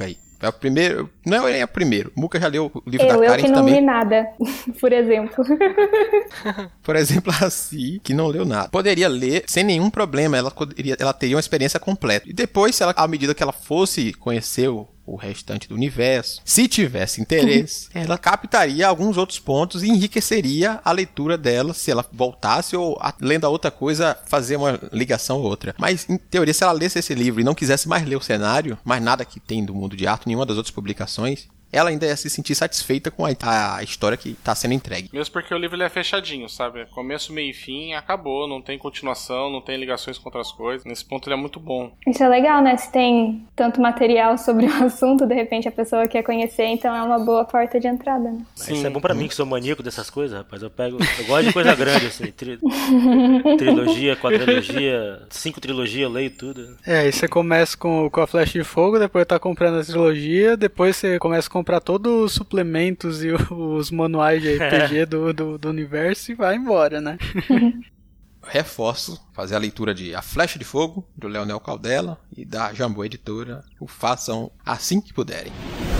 É o primeiro... Não é o primeiro. Muca já leu o livro da
Eu
Karen
que não
também.
li nada, por exemplo.
Por exemplo, a Si, que não leu nada. Poderia ler sem nenhum problema. Ela teria uma experiência completa. E depois, à medida que ela fosse conhecer o restante do universo, se tivesse interesse, ela captaria alguns outros pontos e enriqueceria a leitura dela se ela voltasse ou, lendo a outra coisa, fazer uma ligação ou outra. Mas, em teoria, se ela lesse esse livro e não quisesse mais ler o cenário, mais nada que tem do mundo de arte, nenhuma das outras publicações, ela ainda ia se sentir satisfeita com a história que está sendo entregue.
Mesmo porque o livro ele é fechadinho, sabe? Começo, meio e fim, acabou. Não tem continuação, não tem ligações com outras coisas. Nesse ponto ele é muito bom.
Isso é legal, né? Se tem tanto material sobre o assunto, de repente a pessoa quer conhecer, então é uma boa porta de entrada, né?
Sim. Isso é bom pra mim, que sou maníaco dessas coisas, rapaz. Eu gosto de coisa grande, assim. Trilogia, quadrilogia, 5 trilogias, eu leio tudo.
Aí você começa com a Flecha de Fogo, depois tá comprando a trilogia, depois você começa a comprar todos os suplementos e os manuais de RPG do universo e vai embora, né?
Reforço, fazer a leitura de A Flecha de Fogo, do Leonel Caldela, e da Jambu Editora. O façam assim que puderem.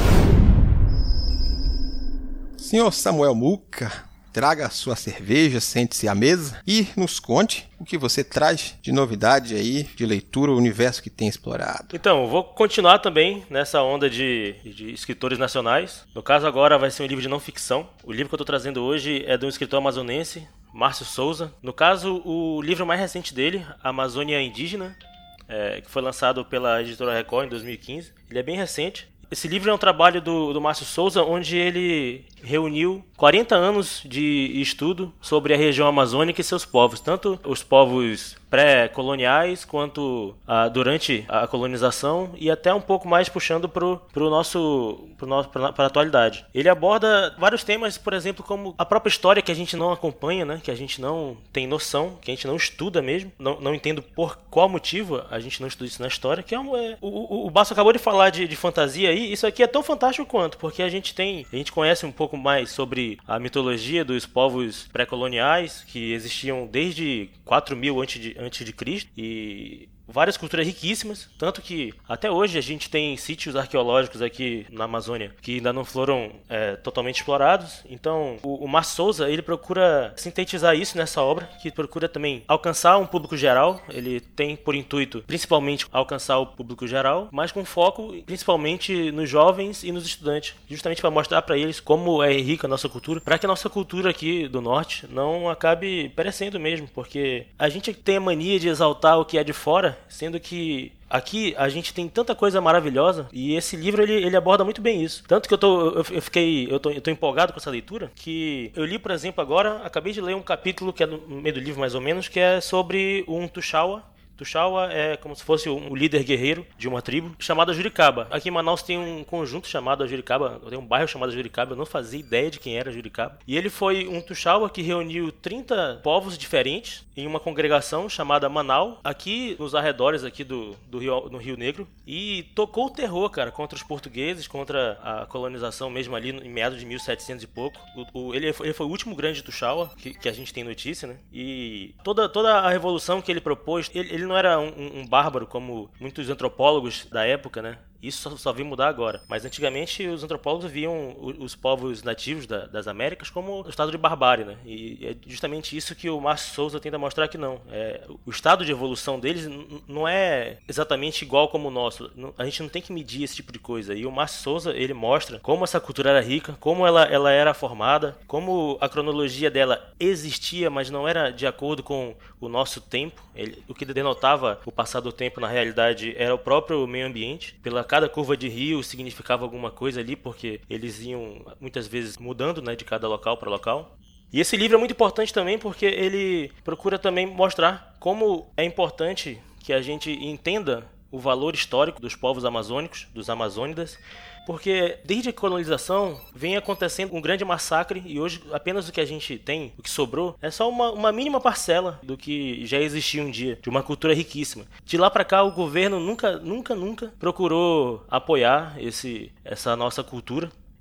Senhor Samuel Muca, traga a sua cerveja, sente-se à mesa e nos conte o que você traz de novidade aí, de leitura, o universo que tem explorado.
Então, vou continuar também nessa onda de escritores nacionais. No caso agora vai ser um livro de não ficção. O livro que eu estou trazendo hoje é de um escritor amazonense, Márcio Souza. No caso, o livro mais recente dele, Amazônia Indígena, que foi lançado pela editora Record em 2015. Ele é bem recente. Esse livro é um trabalho do Márcio Souza, onde ele reuniu 40 anos de estudo sobre a região amazônica e seus povos, tanto os povos pré-coloniais quanto durante a colonização e até um pouco mais puxando para a atualidade. Ele aborda vários temas, por exemplo, como a própria história que a gente não acompanha, né? Que a gente não tem noção, que a gente não estuda mesmo, não entendo por qual motivo a gente não estuda isso na história, que o Basso acabou de falar de fantasia aí, isso aqui é tão fantástico quanto, porque a gente conhece um pouco mais sobre a mitologia dos povos pré-coloniais que existiam desde 4.000 antes de Cristo e várias culturas riquíssimas, tanto que até hoje a gente tem sítios arqueológicos aqui na Amazônia que ainda não foram totalmente explorados. Então o Márcio Souza, ele procura sintetizar isso nessa obra, que procura também alcançar um público geral. Ele tem por intuito principalmente alcançar o público geral, mas com foco principalmente nos jovens e nos estudantes, justamente para mostrar para eles como é rica a nossa cultura, para que a nossa cultura aqui do norte não acabe perecendo mesmo, porque a gente tem a mania de exaltar o que é de fora, sendo que aqui a gente tem tanta coisa maravilhosa e esse livro ele aborda muito bem isso. Tanto que eu tô empolgado com essa leitura, que eu li, por exemplo, agora, acabei de ler um capítulo que é no meio do livro mais ou menos, que é sobre um Tuxaua. Tuxaua é como se fosse um líder guerreiro de uma tribo chamada Juricaba. Aqui em Manaus tem um conjunto chamado Juricaba, tem um bairro chamado Juricaba, eu não fazia ideia de quem era Juricaba. E ele foi um Tuxaua que reuniu 30 povos diferentes em uma congregação chamada Manaus, aqui nos arredores aqui no Rio Negro, e tocou o terror, cara, contra os portugueses, contra a colonização mesmo ali em meados de 1700 e pouco. Ele foi o último grande Tuxaua que a gente tem notícia, né? E toda a revolução que ele propôs, ele não era um bárbaro como muitos antropólogos da época, né? Isso só veio mudar agora. Mas antigamente os antropólogos viam os povos nativos das Américas como um estado de barbárie, né? E é justamente isso que o Márcio Souza tenta mostrar que não. O estado de evolução deles não é exatamente igual como o nosso. A gente não tem que medir esse tipo de coisa. E o Márcio Souza, ele mostra como essa cultura era rica, como ela era formada, como a cronologia dela existia, mas não era de acordo com o nosso tempo. O que denotava o passar do tempo, na realidade, era o próprio meio ambiente. Cada curva de rio significava alguma coisa ali, porque eles iam muitas vezes mudando, né, de cada local para local. E esse livro é muito importante também porque ele procura também mostrar como é importante que a gente entenda o valor histórico dos povos amazônicos, dos amazônidas, porque desde a colonização vem acontecendo um grande massacre e hoje apenas o que a gente tem, o que sobrou, é só uma mínima parcela do que já existia um dia, de uma cultura riquíssima. De lá para cá o governo nunca procurou apoiar essa nossa cultura.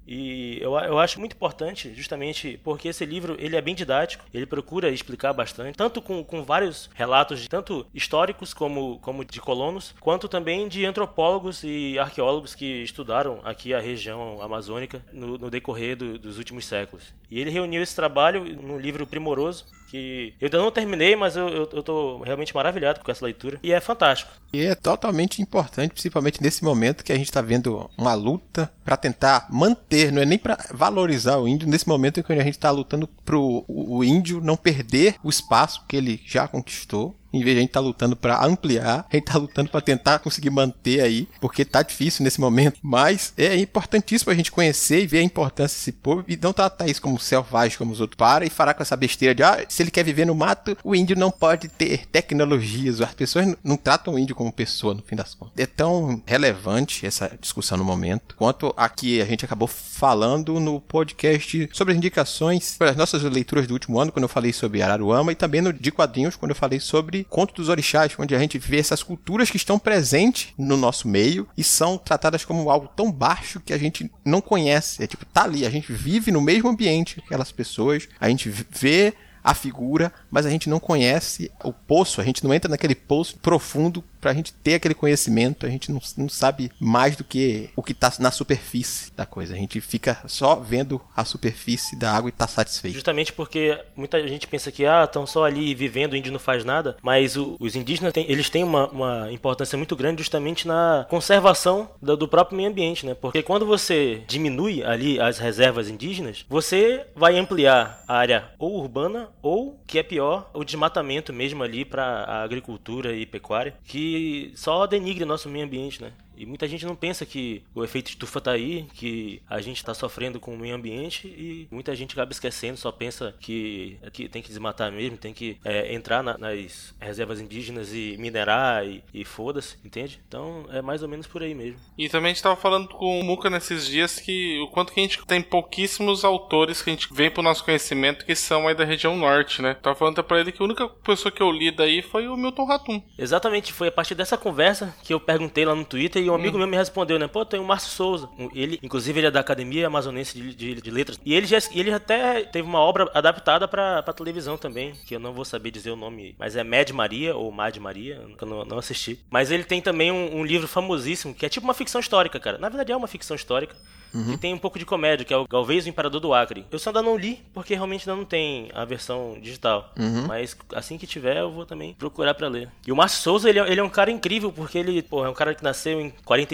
E eu acho muito importante, justamente porque esse livro ele é bem didático, ele procura explicar bastante, tanto com vários relatos, tanto históricos como de colonos, quanto também de antropólogos e arqueólogos que estudaram aqui a região amazônica no decorrer dos últimos séculos. E ele reuniu esse trabalho num livro primoroso, que eu ainda não terminei, mas eu tô realmente maravilhado com essa leitura, e é fantástico.
E é totalmente importante, principalmente nesse momento que a gente está vendo uma luta para tentar manter, não é nem para valorizar o índio, nesse momento em que a gente está lutando para o índio não perder o espaço que ele já conquistou. Em vez de a gente estar lutando para ampliar, a gente está lutando para tentar conseguir manter aí, porque tá difícil nesse momento. Mas é importantíssimo a gente conhecer e ver a importância desse povo e não tratar isso como selvagem, como os outros. Para e falar com essa besteira de, se ele quer viver no mato, o índio não pode ter tecnologias. As pessoas não tratam o índio como pessoa, no fim das contas. É tão relevante essa discussão no momento, quanto aqui a gente acabou falando no podcast sobre as indicações para as nossas leituras do último ano, quando eu falei sobre Araruama, e também no de quadrinhos, quando eu falei sobre Conto dos Orixás, onde a gente vê essas culturas que estão presentes no nosso meio e são tratadas como algo tão baixo que a gente não conhece. É tipo, tá ali, a gente vive no mesmo ambiente que aquelas pessoas, a gente vê a figura, mas a gente não conhece o poço, a gente não entra naquele poço profundo pra gente ter aquele conhecimento, a gente não sabe mais do que o que tá na superfície da coisa, a gente fica só vendo a superfície da água e tá satisfeito.
Justamente porque muita gente pensa que estão só ali vivendo, o índio não faz nada, mas os indígenas eles têm uma importância muito grande justamente na conservação do próprio meio ambiente, né? Porque quando você diminui ali as reservas indígenas, você vai ampliar a área ou urbana ou, que é pior, o desmatamento mesmo ali para a agricultura e pecuária, que só denigre nosso meio ambiente, né? E muita gente não pensa que o efeito estufa tá aí, que a gente está sofrendo com o meio ambiente, e muita gente acaba esquecendo, só pensa que tem que desmatar mesmo, tem que entrar nas reservas indígenas e minerar e foda-se, entende? Então é mais ou menos por aí mesmo.
E também a gente estava falando com o Muca nesses dias que o quanto que a gente tem pouquíssimos autores que a gente vem pro nosso conhecimento que são aí da região norte, né? Tava falando pra ele que a única pessoa que eu li daí foi o Milton Ratum.
Exatamente, foi a partir dessa conversa que eu perguntei lá no Twitter e um amigo meu me respondeu, né? Pô, tem o Márcio Souza. Inclusive, ele é da Academia Amazonense de Letras. E ele até teve uma obra adaptada pra televisão também, que eu não vou saber dizer o nome, mas é Mad Maria, ou Mad Maria, que eu não assisti. Mas ele tem também um livro famosíssimo, que é tipo uma ficção histórica, cara. Na verdade, é uma ficção histórica. Que tem um pouco de comédia, que é o Galvez, o Imperador do Acre. Eu só ainda não li, porque realmente ainda não tem a versão digital. Mas assim que tiver, eu vou também procurar pra ler. E o Márcio Souza, ele é um cara incrível, porque ele, é um cara que nasceu em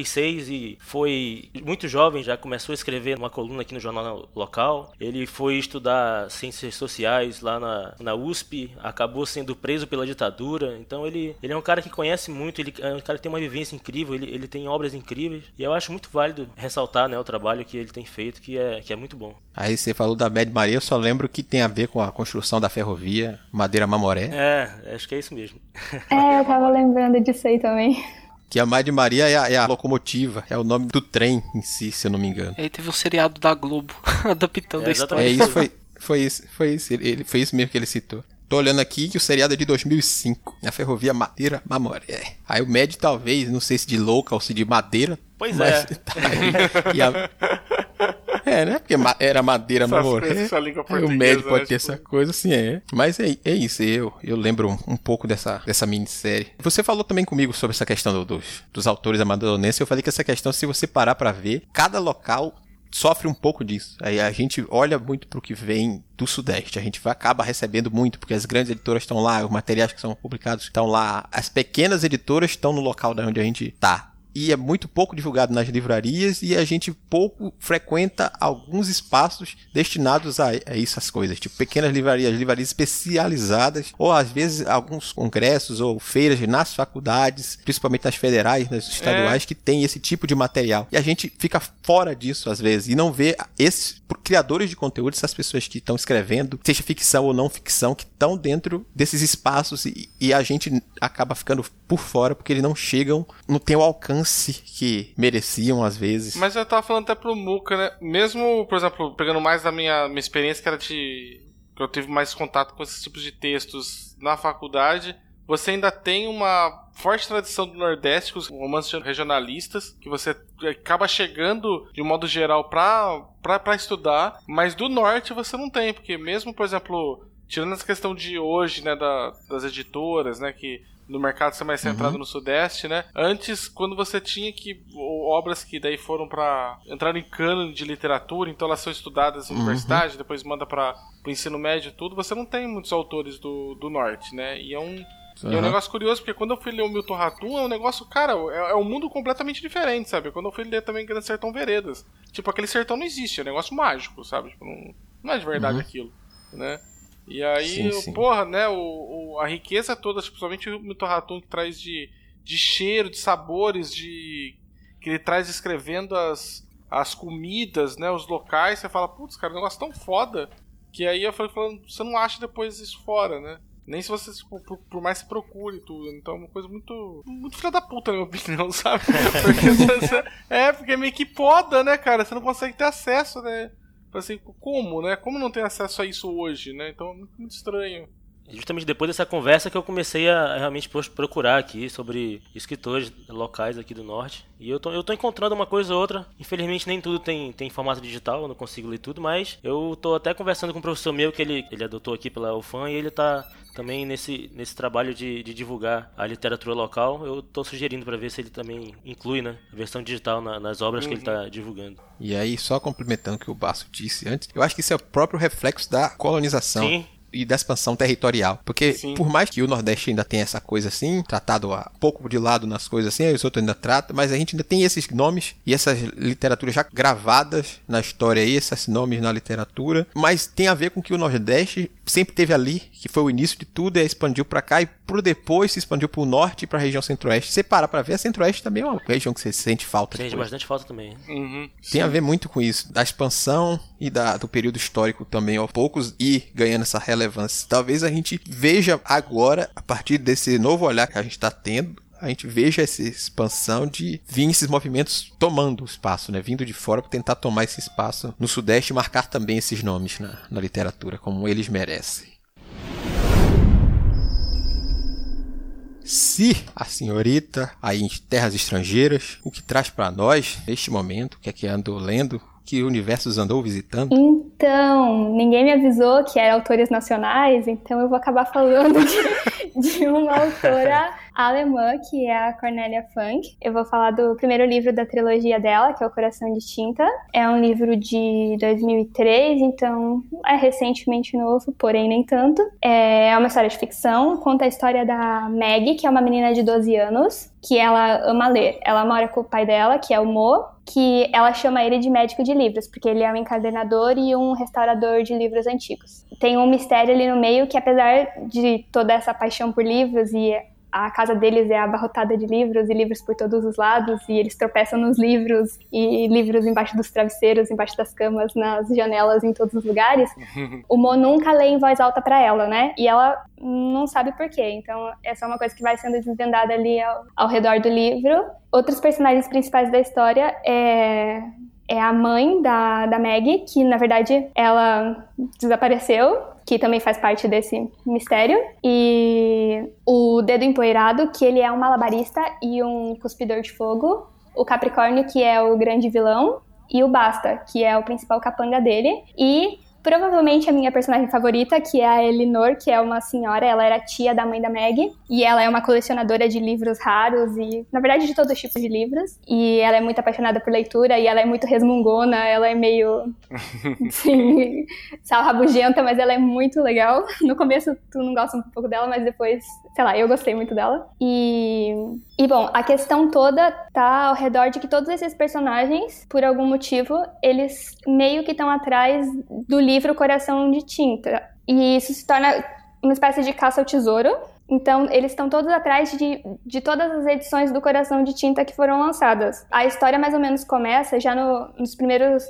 46 e foi muito jovem, já começou a escrever uma coluna aqui no jornal local. Ele foi estudar ciências sociais lá na USP, acabou sendo preso pela ditadura. Então ele é um cara que conhece muito, ele é um cara que tem uma vivência incrível, ele tem obras incríveis. E eu acho muito válido ressaltar, né, o trabalho que ele tem feito, que é muito bom.
Aí você falou da Mad Maria, eu só lembro que tem a ver com a construção da ferrovia Madeira Mamoré.
Acho que é isso mesmo.
Eu tava lembrando disso aí também.
Que a Mad Maria é a locomotiva, é o nome do trem em si, se eu não me engano.
Aí teve um seriado da Globo adaptando a história.
Foi isso mesmo que ele citou. Tô olhando aqui que o seriado é de 2005, a ferrovia Madeira Mamoré. Aí o Mad talvez, não sei se de louca ou se de madeira.
Pois
mas tá aí. Né? Porque era Madeira Mamoré. Aí o Mad pode ter essa coisa, assim, Mas é isso, eu lembro um pouco dessa minissérie. Você falou também comigo sobre essa questão dos autores amazonenses. Eu falei que essa questão, se você parar pra ver, cada local sofre um pouco disso. Aí a gente olha muito pro que vem do Sudeste. A gente acaba recebendo muito, porque as grandes editoras estão lá, os materiais que são publicados estão lá. As pequenas editoras estão no local de onde a gente tá. E é muito pouco divulgado nas livrarias e a gente pouco frequenta alguns espaços destinados a essas coisas, tipo pequenas livrarias especializadas, ou às vezes alguns congressos ou feiras nas faculdades, principalmente nas federais, nas estaduais, que tem esse tipo de material. E a gente fica fora disso às vezes e não vê esses criadores de conteúdo, essas pessoas que estão escrevendo, seja ficção ou não ficção, que estão dentro desses espaços e a gente acaba ficando por fora porque eles não chegam, não tem o alcance que mereciam às vezes.
Mas eu tava falando até pro Muca, né? Mesmo, por exemplo, pegando mais da minha experiência, que era que eu tive mais contato com esses tipos de textos na faculdade, você ainda tem uma forte tradição do Nordeste, com os romances regionalistas, que você acaba chegando, de um modo geral, pra estudar, mas do Norte você não tem, porque mesmo, por exemplo, tirando essa questão de hoje, né, das editoras, né, que no mercado ser mais centrado no Sudeste, né? Antes, quando você tinha obras que daí foram entraram em cânone de literatura, então elas são estudadas na universidade, depois manda para o ensino médio e tudo, você não tem muitos autores do Norte, né? E é um negócio curioso, porque quando eu fui ler o Milton Ratum, é um negócio, cara, é um mundo completamente diferente, sabe? Quando eu fui ler também Grande Sertão Veredas, tipo, aquele sertão não existe, é um negócio mágico, sabe? Tipo, não é de verdade aquilo, né? E aí,
sim.
porra, né, a riqueza toda, principalmente o Milton Ratum, que traz de cheiro, de sabores, que ele traz escrevendo as comidas, né, os locais, você fala, putz, cara, um negócio tão foda, que aí eu falei falando, você não acha depois isso fora, né? Nem se você, por mais se procure tudo. Então é uma coisa muito filha da puta, na minha opinião, sabe? Porque meio que poda, né, cara? Você não consegue ter acesso, né? Assim, como, né? Como não tem acesso a isso hoje, né? Então é muito estranho.
Justamente depois dessa conversa que eu comecei a realmente procurar aqui sobre escritores locais aqui do Norte. E eu tô encontrando uma coisa ou outra. Infelizmente nem tudo tem formato digital, eu não consigo ler tudo, mas eu tô até conversando com um professor meu que ele adotou aqui pela UFAM e ele tá também nesse trabalho de divulgar a literatura local. Eu tô sugerindo para ver se ele também inclui, né, a versão digital nas obras que ele tá divulgando.
E aí, só complementando o que o Basso disse antes, eu acho que isso é o próprio reflexo da colonização.
Sim.
E da expansão territorial. Porque, por mais que o Nordeste ainda tenha essa coisa assim, tratado um pouco de lado nas coisas assim, aí os outros ainda tratam, mas a gente ainda tem esses nomes e essas literaturas já gravadas na história aí, esses nomes na literatura, mas tem a ver com que o Nordeste sempre teve ali, que foi o início de tudo, e expandiu pra cá, e por depois se expandiu pro Norte e pra região Centro-Oeste. Você para pra ver, a Centro-Oeste também é uma região que você sente falta.
Sente bastante falta também.
Tem a ver muito com isso, da expansão e do período histórico também, aos poucos, e ganhando essa relevância. Talvez a gente veja agora, a partir desse novo olhar que a gente está tendo, a gente veja essa expansão de vir esses movimentos tomando o espaço, né? Vindo de fora para tentar tomar esse espaço no Sudeste e marcar também esses nomes na literatura, como eles merecem. Se a senhorita, aí em terras estrangeiras, o que traz para nós, neste momento, o que é que andou lendo, que universos andou visitando?
Então, ninguém me avisou que era autores nacionais, então eu vou acabar falando de uma autora alemã, que é a Cornelia Funke. Eu vou falar do primeiro livro da trilogia dela, que é O Coração de Tinta. É um livro de 2003, então é recentemente novo, porém nem tanto. É uma história de ficção, conta a história da Maggie, que é uma menina de 12 anos, que ela ama ler. Ela mora com o pai dela, que é o Mo, que ela chama ele de médico de livros, porque ele é um encadernador e um restaurador de livros antigos. Tem um mistério ali no meio que, apesar de toda essa paixão por livros, e a casa deles é abarrotada de livros e livros por todos os lados, e eles tropeçam nos livros, e livros embaixo dos travesseiros, embaixo das camas, nas janelas, em todos os lugares, o Mo nunca lê em voz alta pra ela, né? E ela não sabe por quê. Então, essa é uma coisa que vai sendo desvendada ali ao redor do livro. Outros personagens principais da história é a mãe da Maggie, que, na verdade, ela desapareceu, que também faz parte desse mistério. E o Dedo Empoeirado, que ele é um malabarista e um cuspidor de fogo. O Capricórnio, que é o grande vilão. E o Basta, que é o principal capanga dele. E provavelmente a minha personagem favorita, que é a Elinor, que é uma senhora, ela era tia da mãe da Maggie, e ela é uma colecionadora de livros raros e, na verdade, de todos os tipos de livros, e ela é muito apaixonada por leitura, e ela é muito resmungona, ela é meio, assim, rabugenta, mas ela é muito legal. No começo tu não gosta um pouco dela, mas depois, sei lá, eu gostei muito dela. E bom, a questão toda tá ao redor de que todos esses personagens, por algum motivo, eles meio que estão atrás do livro Coração de Tinta. E isso se torna uma espécie de caça ao tesouro. Então, eles estão todos atrás de todas as edições do Coração de Tinta que foram lançadas. A história mais ou menos começa já nos primeiros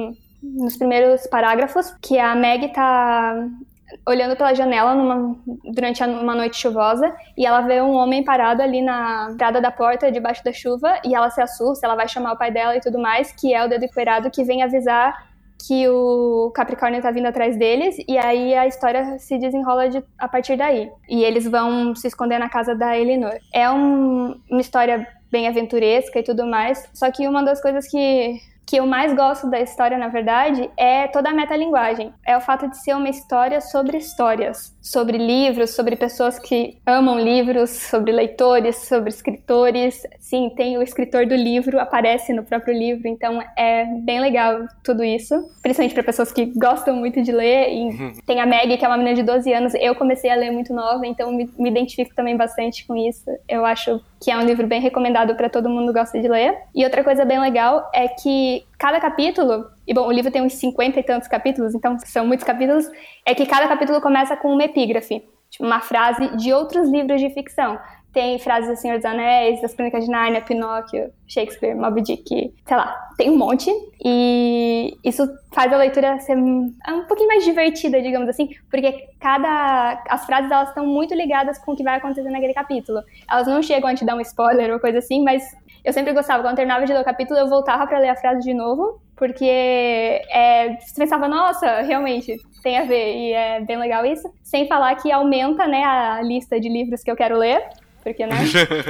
parágrafos, que a Maggie tá olhando pela janela durante uma noite chuvosa, e ela vê um homem parado ali na entrada da porta, debaixo da chuva, e ela se assusta, ela vai chamar o pai dela e tudo mais, que é o Dedo Empoeirado, que vem avisar que o Capricórnio tá vindo atrás deles, e aí a história se desenrola a partir daí. E eles vão se esconder na casa da Elinor. É uma história bem aventuresca e tudo mais, só que uma das coisas que eu mais gosto da história, na verdade, é toda a metalinguagem. É o fato de ser uma história sobre histórias, sobre livros, sobre pessoas que amam livros, sobre leitores, sobre escritores. Sim, tem o escritor do livro, aparece no próprio livro, então é bem legal tudo isso, principalmente para pessoas que gostam muito de ler. E tem a Maggie, que é uma menina de 12 anos, eu comecei a ler muito nova, então me identifico também bastante com isso. Eu acho que é um livro bem recomendado para todo mundo que gosta de ler. E outra coisa bem legal é que cada capítulo, e bom, o livro tem uns 50 e tantos capítulos, então são muitos capítulos, é que cada capítulo começa com uma epígrafe, tipo uma frase de outros livros de ficção. Tem frases do Senhor dos Anéis, das Crônicas de Nárnia, Pinóquio, Shakespeare, Moby Dick, sei lá, tem um monte. E isso faz a leitura ser um pouquinho mais divertida, digamos assim, porque as frases elas estão muito ligadas com o que vai acontecer naquele capítulo. Elas não chegam a te dar um spoiler ou coisa assim, mas eu sempre gostava, quando eu terminava de ler o capítulo, eu voltava pra ler a frase de novo, porque você pensava, nossa, realmente, tem a ver, e é bem legal isso. Sem falar que aumenta, né, a lista de livros que eu quero ler, porque, né,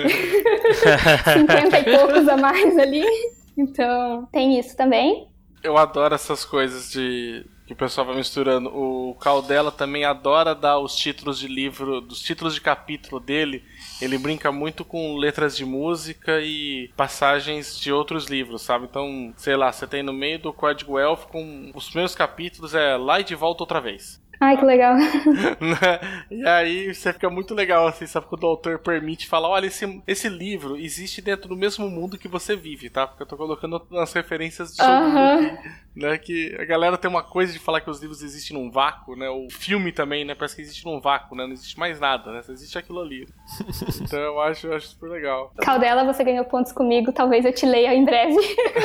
50 e poucos a mais ali, então tem isso também.
Eu adoro essas coisas que o pessoal vai misturando. O Caldela também adora dar os títulos de livro, dos títulos de capítulo dele. Ele brinca muito com letras de música e passagens de outros livros, sabe? Então, sei lá, você tem no meio do Código Elfo, com os primeiros capítulos lá e de volta outra vez.
Ai, que legal.
E aí você fica muito legal, assim, sabe? Quando o autor permite falar, olha, esse livro existe dentro do mesmo mundo que você vive, tá? Porque eu tô colocando umas referências de mundo aqui, né? Que a galera tem uma coisa de falar que os livros existem num vácuo, né? O filme também, né? Parece que existe num vácuo, né? Não existe mais nada, né? Só existe aquilo ali. Então eu acho super legal.
Caldela, você ganhou pontos comigo, talvez eu te leia em breve.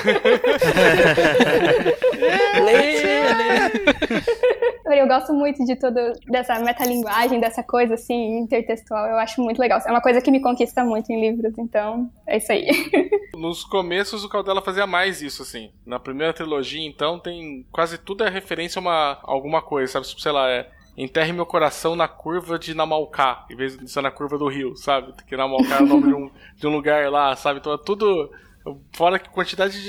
Leia.
Eu gosto muito de toda dessa metalinguagem, dessa coisa assim, intertextual. Eu acho muito legal. É uma coisa que me conquista muito em livros, então é isso aí.
Nos começos o Caldela fazia mais isso, assim. Na primeira trilogia, então, tem quase tudo é referência a alguma coisa, sabe? Sei lá, enterre meu coração na curva de Namalcá, em vez de ser na curva do rio, sabe? Porque Namalcá é o nome de um lugar lá, sabe? Então é tudo... Fora que quantidade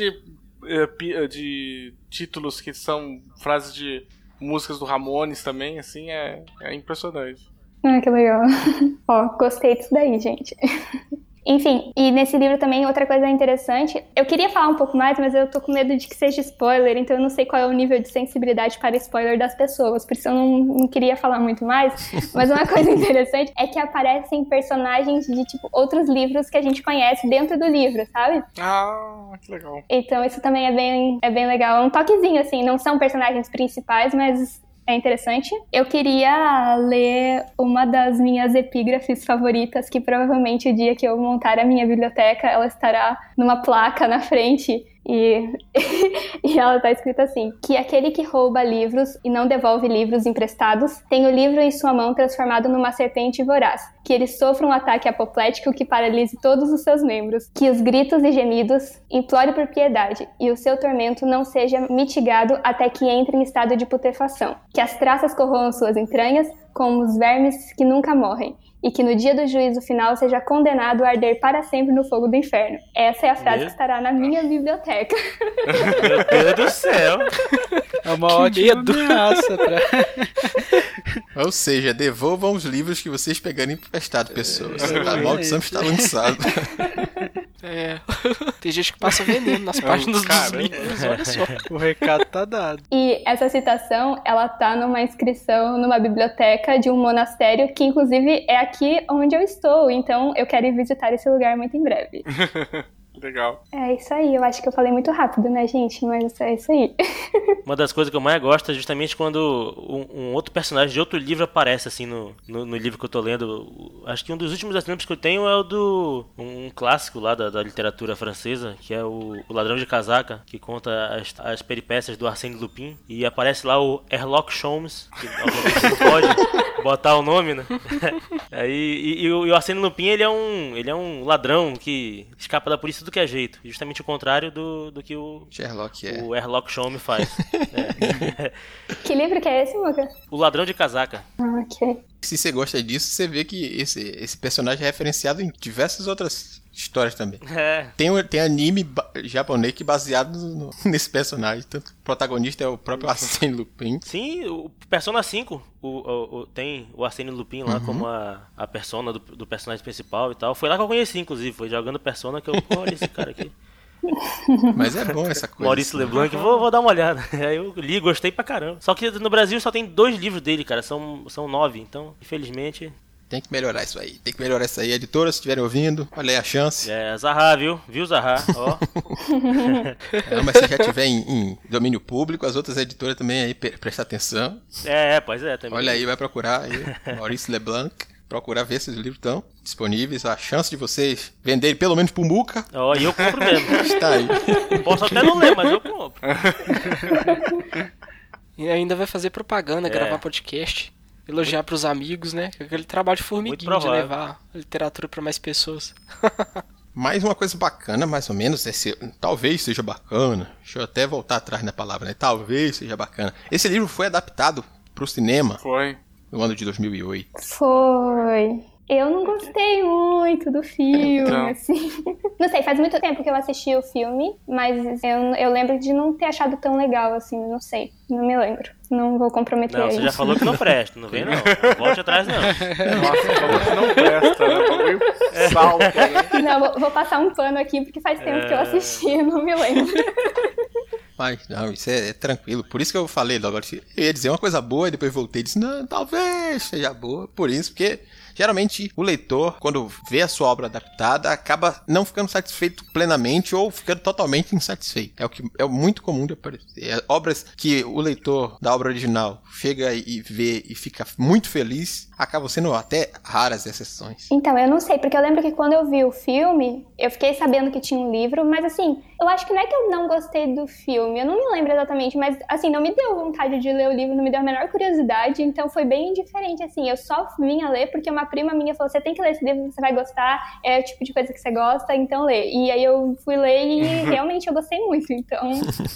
de títulos que são frases de músicas do Ramones também, assim, é impressionante.
Ah, que legal. Ó, gostei disso daí, gente. Enfim, e nesse livro também outra coisa interessante, eu queria falar um pouco mais, mas eu tô com medo de que seja spoiler, então eu não sei qual é o nível de sensibilidade para spoiler das pessoas, por isso eu não queria falar muito mais, mas uma coisa interessante é que aparecem personagens de, tipo, outros livros que a gente conhece dentro do livro, sabe?
Ah, que legal.
Então isso também é bem legal, é um toquezinho, assim, não são personagens principais, mas... é interessante. Eu queria ler uma das minhas epígrafes favoritas, que provavelmente o dia que eu montar a minha biblioteca, ela estará numa placa na frente e ela tá escrita assim: que aquele que rouba livros e não devolve livros emprestados tem o livro em sua mão transformado numa serpente voraz, que ele sofra um ataque apoplético que paralise todos os seus membros, que os gritos e gemidos implore por piedade e o seu tormento não seja mitigado até que entre em estado de putrefação, que as traças corroam suas entranhas como os vermes que nunca morrem, e que no dia do juízo final seja condenado a arder para sempre no fogo do inferno. Essa é a frase que estará na minha biblioteca.
Meu Deus do céu.
É uma ótima ameaça pra...
Ou seja, devolvam os livros que vocês pegarem emprestado, pessoas. A maldição está lançada.
Tem gente que passa veneno nas páginas dos livros, olha só.
O recado tá dado.
E essa citação, ela tá numa inscrição numa biblioteca de um monastério, que inclusive é aqui onde eu estou, então eu quero ir visitar esse lugar muito em breve.
Legal.
É isso aí, eu acho que eu falei muito rápido, né, gente? Mas é isso aí.
Uma das coisas que eu mais gosto é justamente quando um outro personagem de outro livro aparece, assim, no livro que eu tô lendo. Acho que um dos últimos exemplos que eu tenho é o do... um clássico lá da literatura francesa, que é o Ladrão de Casaca, que conta as peripécias do Arsène Lupin. E aparece lá o Sherlock Holmes, que obviamente não pode... botar o nome, né? Aí, e o Arsênio Lupin, ele é um ladrão que escapa da polícia do que é jeito. Justamente o contrário do que o Sherlock Holmes faz.
Que livro que é esse, Muca?
O Ladrão de Casaca.
Ok.
Se você gosta disso, você vê que esse personagem é referenciado em diversas outras histórias também. Tem anime japonês que é baseado nesse personagem. Tanto o protagonista é o próprio Arsène Lupin.
Sim, o Persona 5 tem o Arsène Lupin lá como a persona do personagem principal e tal. Foi lá que eu conheci, inclusive. Foi jogando Persona que eu olha esse cara aqui.
Mas é bom essa coisa.
Maurício Leblanc, vou dar uma olhada. Aí eu li, gostei pra caramba. Só que no Brasil só tem 2 livros dele, cara. São 9, então, infelizmente...
Tem que melhorar isso aí. Editora, se estiverem ouvindo, olha aí a chance.
Zahar, viu? Viu, Zahar? Ó.
Não, mas se já tiver em domínio público, as outras editoras também aí prestar atenção.
Pois é. Também.
Olha aí, vai procurar aí, Maurício Leblanc. Procurar ver se os livros estão disponíveis. A chance de vocês venderem pelo menos por Muca.
E eu compro mesmo.
Está aí.
Posso até não ler, mas eu compro.
E ainda vai fazer propaganda, gravar podcast, elogiar pros amigos, né? Aquele trabalho de formiguinha de levar a literatura pra mais pessoas.
Mais uma coisa bacana, mais ou menos, talvez seja bacana. Deixa eu até voltar atrás na palavra, né? Talvez seja bacana. Esse livro foi adaptado pro cinema.
Foi.
No ano de 2008.
Foi. Eu não gostei muito do filme, assim. Não sei, faz muito tempo que eu assisti o filme, mas eu lembro de não ter achado tão legal, assim, não sei. Não me lembro. Não vou comprometer
Não, você já falou que não presta, não vem não. Não volte atrás, não.
Nossa, falou que não presta, né? Salve.
Não, vou passar um pano aqui, porque faz tempo que eu assisti, eu não me lembro.
Mas não, isso é tranquilo. Por isso que eu falei logo. Eu ia dizer uma coisa boa e depois voltei e disse, não, talvez seja boa. Por isso, porque geralmente o leitor, quando vê a sua obra adaptada, acaba não ficando satisfeito plenamente ou ficando totalmente insatisfeito. É o que é muito comum de aparecer. Obras que o leitor da obra original chega e vê e fica muito feliz, acabam sendo até raras exceções.
Então, eu não sei, porque eu lembro que quando eu vi o filme, eu fiquei sabendo que tinha um livro, mas assim, eu acho que não é que eu não gostei do filme, eu não me lembro exatamente, mas assim, não me deu vontade de ler o livro, não me deu a menor curiosidade, então foi bem indiferente, assim, eu só vim a ler porque uma prima minha falou, você tem que ler esse livro, você vai gostar, é o tipo de coisa que você gosta, então lê. E aí eu fui ler e realmente eu gostei muito, então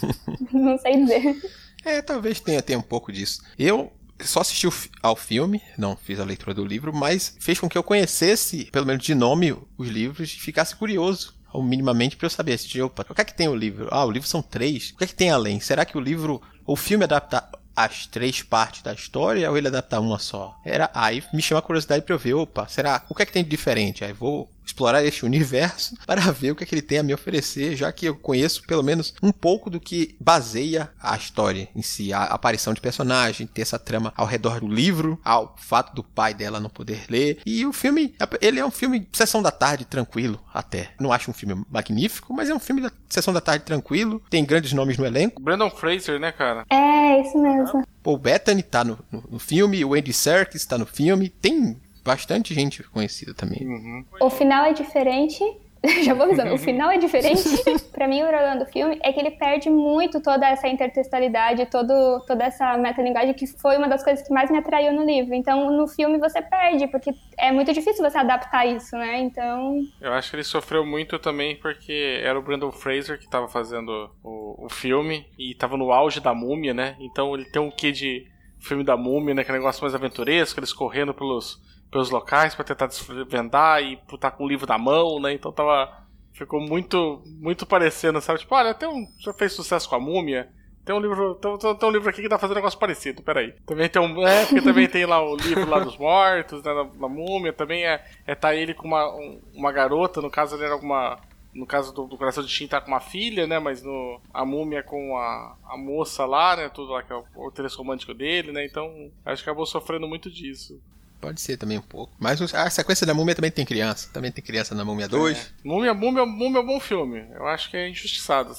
não sei dizer.
Talvez tenha um pouco disso. Eu só assisti ao filme, não fiz a leitura do livro, mas fez com que eu conhecesse, pelo menos de nome, os livros e ficasse curioso, ou minimamente, pra eu saber. Opa, o que é que tem o livro? O livro são 3. O que é que tem além? Será que o filme adapta as 3 partes da história ou ele adapta uma só? Aí me chama a curiosidade pra eu ver, o que é que tem de diferente? Aí vou explorar este universo para ver o que é que ele tem a me oferecer, já que eu conheço pelo menos um pouco do que baseia a história em si, a aparição de personagem, ter essa trama ao redor do livro, ao fato do pai dela não poder ler. E o filme, ele é um filme sessão da tarde tranquilo, até. Não acho um filme magnífico, mas é um filme da sessão da tarde tranquilo, tem grandes nomes no elenco.
Brandon Fraser, né, cara?
É, isso mesmo.
Paul Bettany tá no filme, o Andy Serkis tá no filme, tem bastante gente conhecida também.
Uhum.
O final é diferente. Já vou avisando, o final é diferente. Pra mim, o problema do filme é que ele perde muito toda essa intertextualidade, toda essa metalinguagem, que foi uma das coisas que mais me atraiu no livro. Então, no filme você perde, porque é muito difícil você adaptar isso, né? Então...
Eu acho que ele sofreu muito também porque era o Brandon Fraser que tava fazendo o filme e tava no auge da Múmia, né? Então ele tem um quê de filme da Múmia, né? Que é um negócio mais aventuresco, eles correndo pelos locais pra tentar desvendar e tá com o livro na mão, né? Então ficou muito, muito parecendo, sabe? Tipo, olha, já fez sucesso com a Múmia, tem um livro aqui que tá fazendo um negócio parecido, peraí. Também tem porque também tem lá o livro lá dos mortos, né, da Múmia, também tá ele com uma garota, no caso ele era no caso do Coração de Shin tá com uma filha, né, mas a Múmia com a moça lá, né, tudo lá que é o interesse romântico dele, né, então acho que acabou sofrendo muito disso.
Pode ser também um pouco. Mas a sequência da Múmia também tem criança. Também tem criança na Múmia 2.
Múmia é um bom filme. Eu acho que é injustiçado, assim.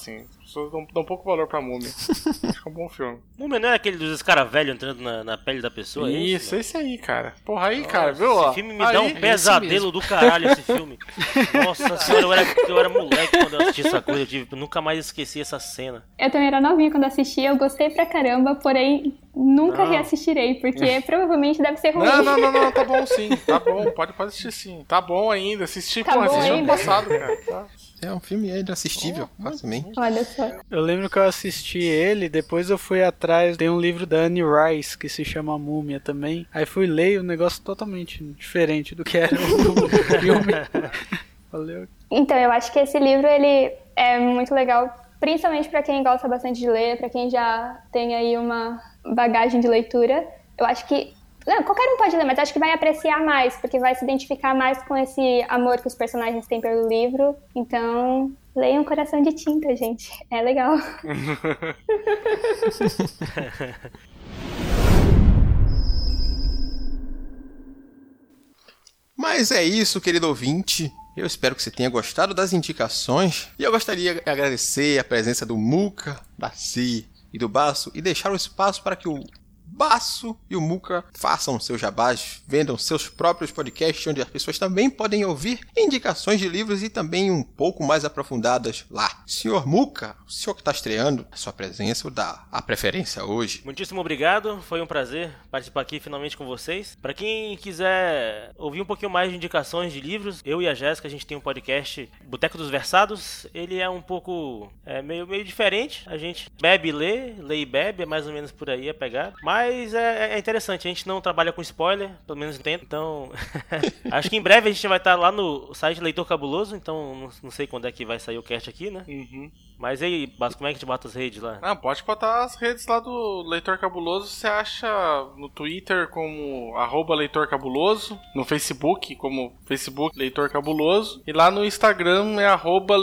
pessoas dão pouco valor pra Múmia. Acho que é um bom filme.
Múmia não é aquele dos caras velhos entrando na pele da pessoa?
Isso, esse aí, cara. Porra, aí, cara,
Nossa,
viu?
Esse filme me dá um pesadelo do caralho, esse filme. Nossa senhora, eu era moleque quando eu assisti essa coisa. Eu nunca mais esqueci essa cena.
Eu também era novinha quando assisti, eu gostei pra caramba, porém nunca reassistirei, porque provavelmente deve ser ruim.
Não, tá bom sim. Tá bom, pode assistir sim. Tá bom ainda, assisti,
Tá bom
assisti ano
ainda?
passado, cara. Tá.
É um filme ainda assistível, facilmente.
Olha só.
Eu lembro que eu assisti ele, depois eu fui atrás, tem um livro da Anne Rice que se chama Múmia também. Aí fui ler e o negócio totalmente diferente do que era o filme. Valeu.
Então, eu acho que esse livro, ele é muito legal, principalmente pra quem gosta bastante de ler, pra quem já tem aí uma bagagem de leitura. Eu acho que não, qualquer um pode ler, mas acho que vai apreciar mais, porque vai se identificar mais com esse amor que os personagens têm pelo livro. Então, leiam Coração de Tinta, gente. É legal.
Mas é isso, querido ouvinte. Eu espero que você tenha gostado das indicações. E eu gostaria de agradecer a presença do Muca, da Si e do Baço e deixar um espaço para que o Baço e o Muca façam seus jabás, vendam seus próprios podcasts, onde as pessoas também podem ouvir indicações de livros e também um pouco mais aprofundadas lá. Senhor Muca, o senhor que está estreando, a sua presença dá a preferência hoje.
Muitíssimo obrigado, foi um prazer participar aqui finalmente com vocês. Para quem quiser ouvir um pouquinho mais de indicações de livros, eu e a Jéssica, a gente tem um podcast, Boteco dos Versados. Ele é um pouco meio diferente, a gente bebe e lê e bebe, é mais ou menos por aí a pegada. Mas é interessante, a gente não trabalha com spoiler, pelo menos entendo, então acho que em breve a gente vai estar lá no site Leitor Cabuloso, então não sei quando é que vai sair o cast aqui, né?
Uhum.
Mas aí, Basco, como é que a gente bota as redes lá?
Ah, pode botar as redes lá do Leitor Cabuloso, você acha no Twitter como @Leitor Cabuloso, no Facebook como Facebook Leitor Cabuloso, e lá no Instagram é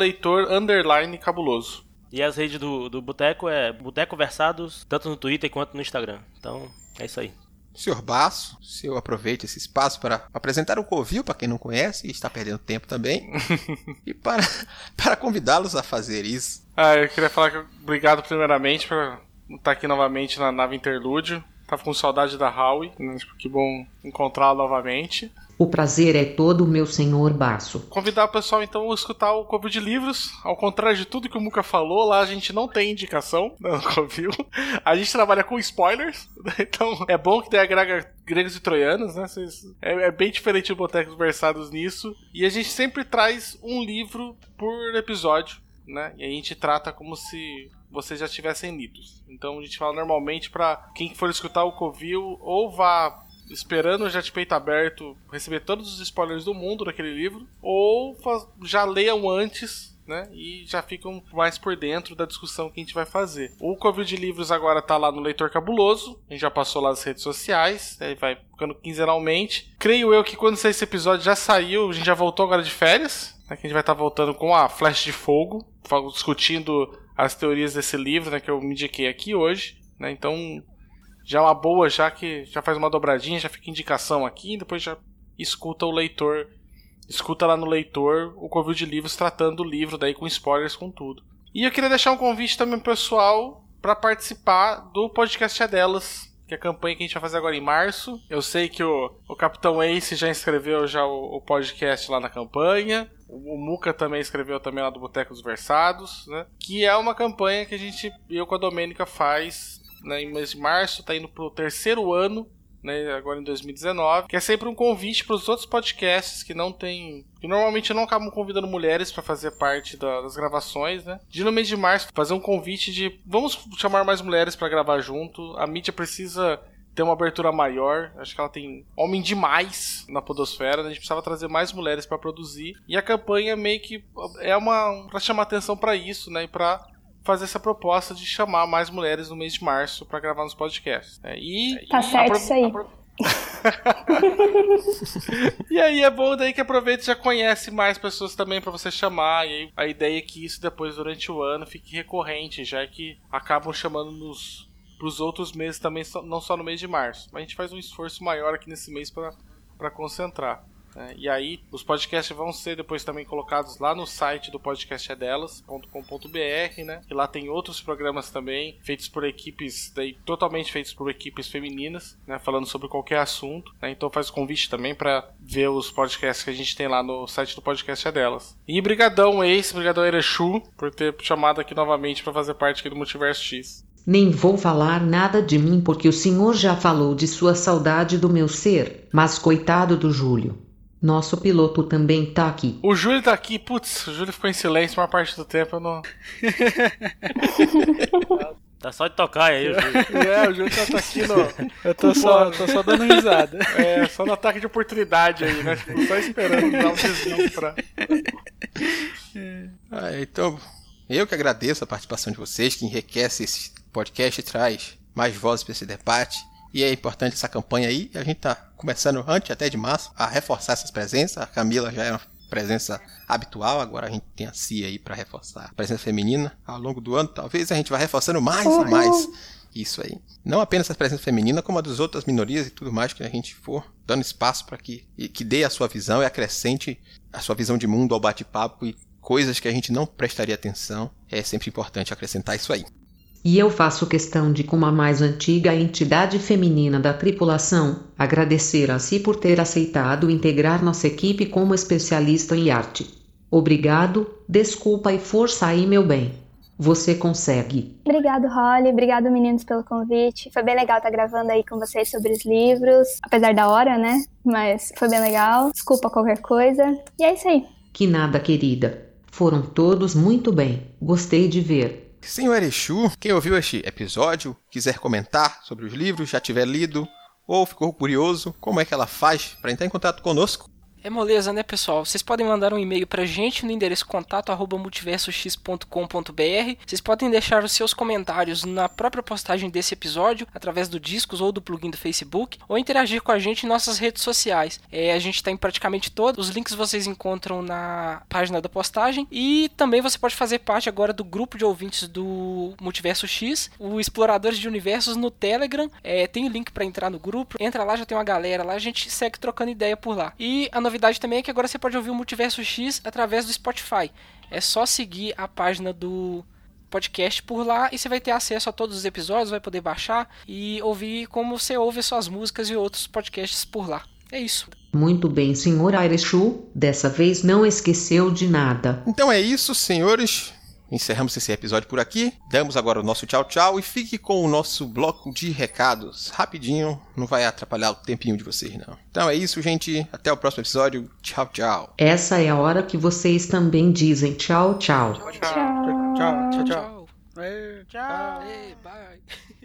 @Leitor_Cabuloso.
E as redes do Boteco é Boteco Versados, tanto no Twitter quanto no Instagram. Então, é isso aí.
Senhor Baço, o senhor aproveita esse espaço para apresentar o Covil, para quem não conhece e está perdendo tempo também, e para convidá-los a fazer isso.
Eu queria falar que obrigado primeiramente por estar aqui novamente na nave Interlúdio. Tava com saudade da Howie, né? Que bom encontrá-la novamente.
O prazer é todo meu, senhor Baço.
Convidar o pessoal então a escutar o Covil de Livros. Ao contrário de tudo que o Muca falou, lá a gente não tem indicação no Covil. A gente trabalha com spoilers, então é bom que tenha gregos e troianos, né? É bem diferente do Boteco dos Versados nisso. E a gente sempre traz um livro por episódio, né? E a gente trata como se vocês já tivessem lidos. Então a gente fala normalmente pra quem for escutar o Covil, ou vá esperando já de peito aberto receber todos os spoilers do mundo daquele livro, ou já leiam antes, né, e já ficam mais por dentro da discussão que a gente vai fazer. O Covil de Livros agora tá lá no Leitor Cabuloso, a gente já passou lá nas redes sociais, né, vai ficando quinzenalmente. Creio eu que quando sair esse episódio já saiu, a gente já voltou agora de férias, né, que a gente vai estar voltando com a Flecha de Fogo, discutindo as teorias desse livro, né, que eu me indiquei aqui hoje, né, então já é uma boa, já que já faz uma dobradinha, já fica indicação aqui, depois já escuta o leitor, escuta lá no Leitor o Covil de Livros tratando do livro, daí com spoilers, com tudo. E eu queria deixar um convite também pessoal para participar do podcast É Delas, que é a campanha que a gente vai fazer agora em março. Eu sei que o Capitão Ace já inscreveu já o podcast lá na campanha. O Muca também escreveu também lá do Boteco dos Versados, né? Que é uma campanha que eu com a Domênica faz, né, em mês de março, tá indo pro 3º ano, né, agora em 2019, que é sempre um convite para os outros podcasts que normalmente não acabam convidando mulheres para fazer parte das gravações, né? De no mês de março fazer um convite de vamos chamar mais mulheres para gravar junto. A mídia precisa ter uma abertura maior. Acho que ela tem homem demais na podosfera, né? A gente precisava trazer mais mulheres para produzir. E a campanha meio que é para chamar atenção para isso, né? E para fazer essa proposta de chamar mais mulheres no mês de março para gravar nos podcasts.
Tá certo isso aí.
E aí é bom daí que aproveita e já conhece mais pessoas também para você chamar. E aí a ideia é que isso depois durante o ano fique recorrente, já que acabam chamando pros outros meses também, não só no mês de março. Mas a gente faz um esforço maior aqui nesse mês para concentrar. E aí, os podcasts vão ser depois também colocados lá no site do podcastadelas.com.br, né? E lá tem outros programas também, feitos por equipes, totalmente feitos por equipes femininas, né? Falando sobre qualquer assunto, né? Então faz o convite também para ver os podcasts que a gente tem lá no site do Podcast Delas. E brigadão Ace, brigadão Erechu, por ter chamado aqui novamente para fazer parte aqui do Multiverso X.
Nem vou falar nada de mim porque o senhor já falou de sua saudade do meu ser, mas coitado do Júlio. Nosso piloto também tá aqui.
O Júlio tá aqui, putz, o Júlio ficou em silêncio uma parte do tempo, eu não...
Tá só de tocar aí, Júlio.
O Júlio tá aqui no...
Eu tô só dando risada.
Só no ataque de oportunidade aí, né? Tipo, só esperando dar um desvio pra...
Então, eu que agradeço a participação de vocês, que enriquece esse podcast e traz mais vozes para esse debate. E é importante essa campanha aí. A gente tá começando antes até de março a reforçar essas presenças. A Camila já é uma presença habitual, agora a gente tem a Cia aí para reforçar a presença feminina. Ao longo do ano, talvez a gente vá reforçando mais e mais isso aí. Não apenas a presença feminina, como a das outras minorias e tudo mais, que a gente for dando espaço para que dê a sua visão e acrescente a sua visão de mundo ao bate-papo e coisas que a gente não prestaria atenção. É sempre importante acrescentar isso aí.
E eu faço questão de, como a mais antiga entidade feminina da tripulação, agradecer a Si por ter aceitado integrar nossa equipe como especialista em arte. Obrigado, desculpa e força aí, meu bem. Você consegue.
Obrigado, Holly. Obrigado, meninos, pelo convite. Foi bem legal estar gravando aí com vocês sobre os livros. Apesar da hora, né? Mas foi bem legal. Desculpa qualquer coisa. E é isso aí.
Que nada, querida. Foram todos muito bem. Gostei de ver.
Senhor Erechu, quem ouviu este episódio, quiser comentar sobre os livros, já tiver lido ou ficou curioso, como é que ela faz para entrar em contato conosco?
É moleza, né, pessoal? Vocês podem mandar um e-mail pra gente no endereço contato@multiversox.com.br. Vocês podem deixar os seus comentários na própria postagem desse episódio, através do Discos ou do plugin do Facebook, ou interagir com a gente em nossas redes sociais. A gente está em praticamente todos. Os links vocês encontram na página da postagem. E também você pode fazer parte agora do grupo de ouvintes do Multiverso X, o Exploradores de Universos no Telegram. Tem o link para entrar no grupo. Entra lá, já tem uma galera lá, a gente segue trocando ideia por lá. E a novidade também é que agora você pode ouvir o Multiverso X através do Spotify. É só seguir a página do podcast por lá e você vai ter acesso a todos os episódios, vai poder baixar e ouvir como você ouve suas músicas e outros podcasts por lá. É isso.
Muito bem, senhor Erechu. Dessa vez não esqueceu de nada.
Então é isso, senhores. Encerramos esse episódio por aqui. Damos agora o nosso tchau tchau e fique com o nosso bloco de recados. Rapidinho, não vai atrapalhar o tempinho de vocês não. Então é isso, gente. Até o próximo episódio. Tchau, tchau.
Essa é a hora que vocês também dizem tchau, tchau.
Tchau, tchau, tchau, tchau.
Tchau. Bye.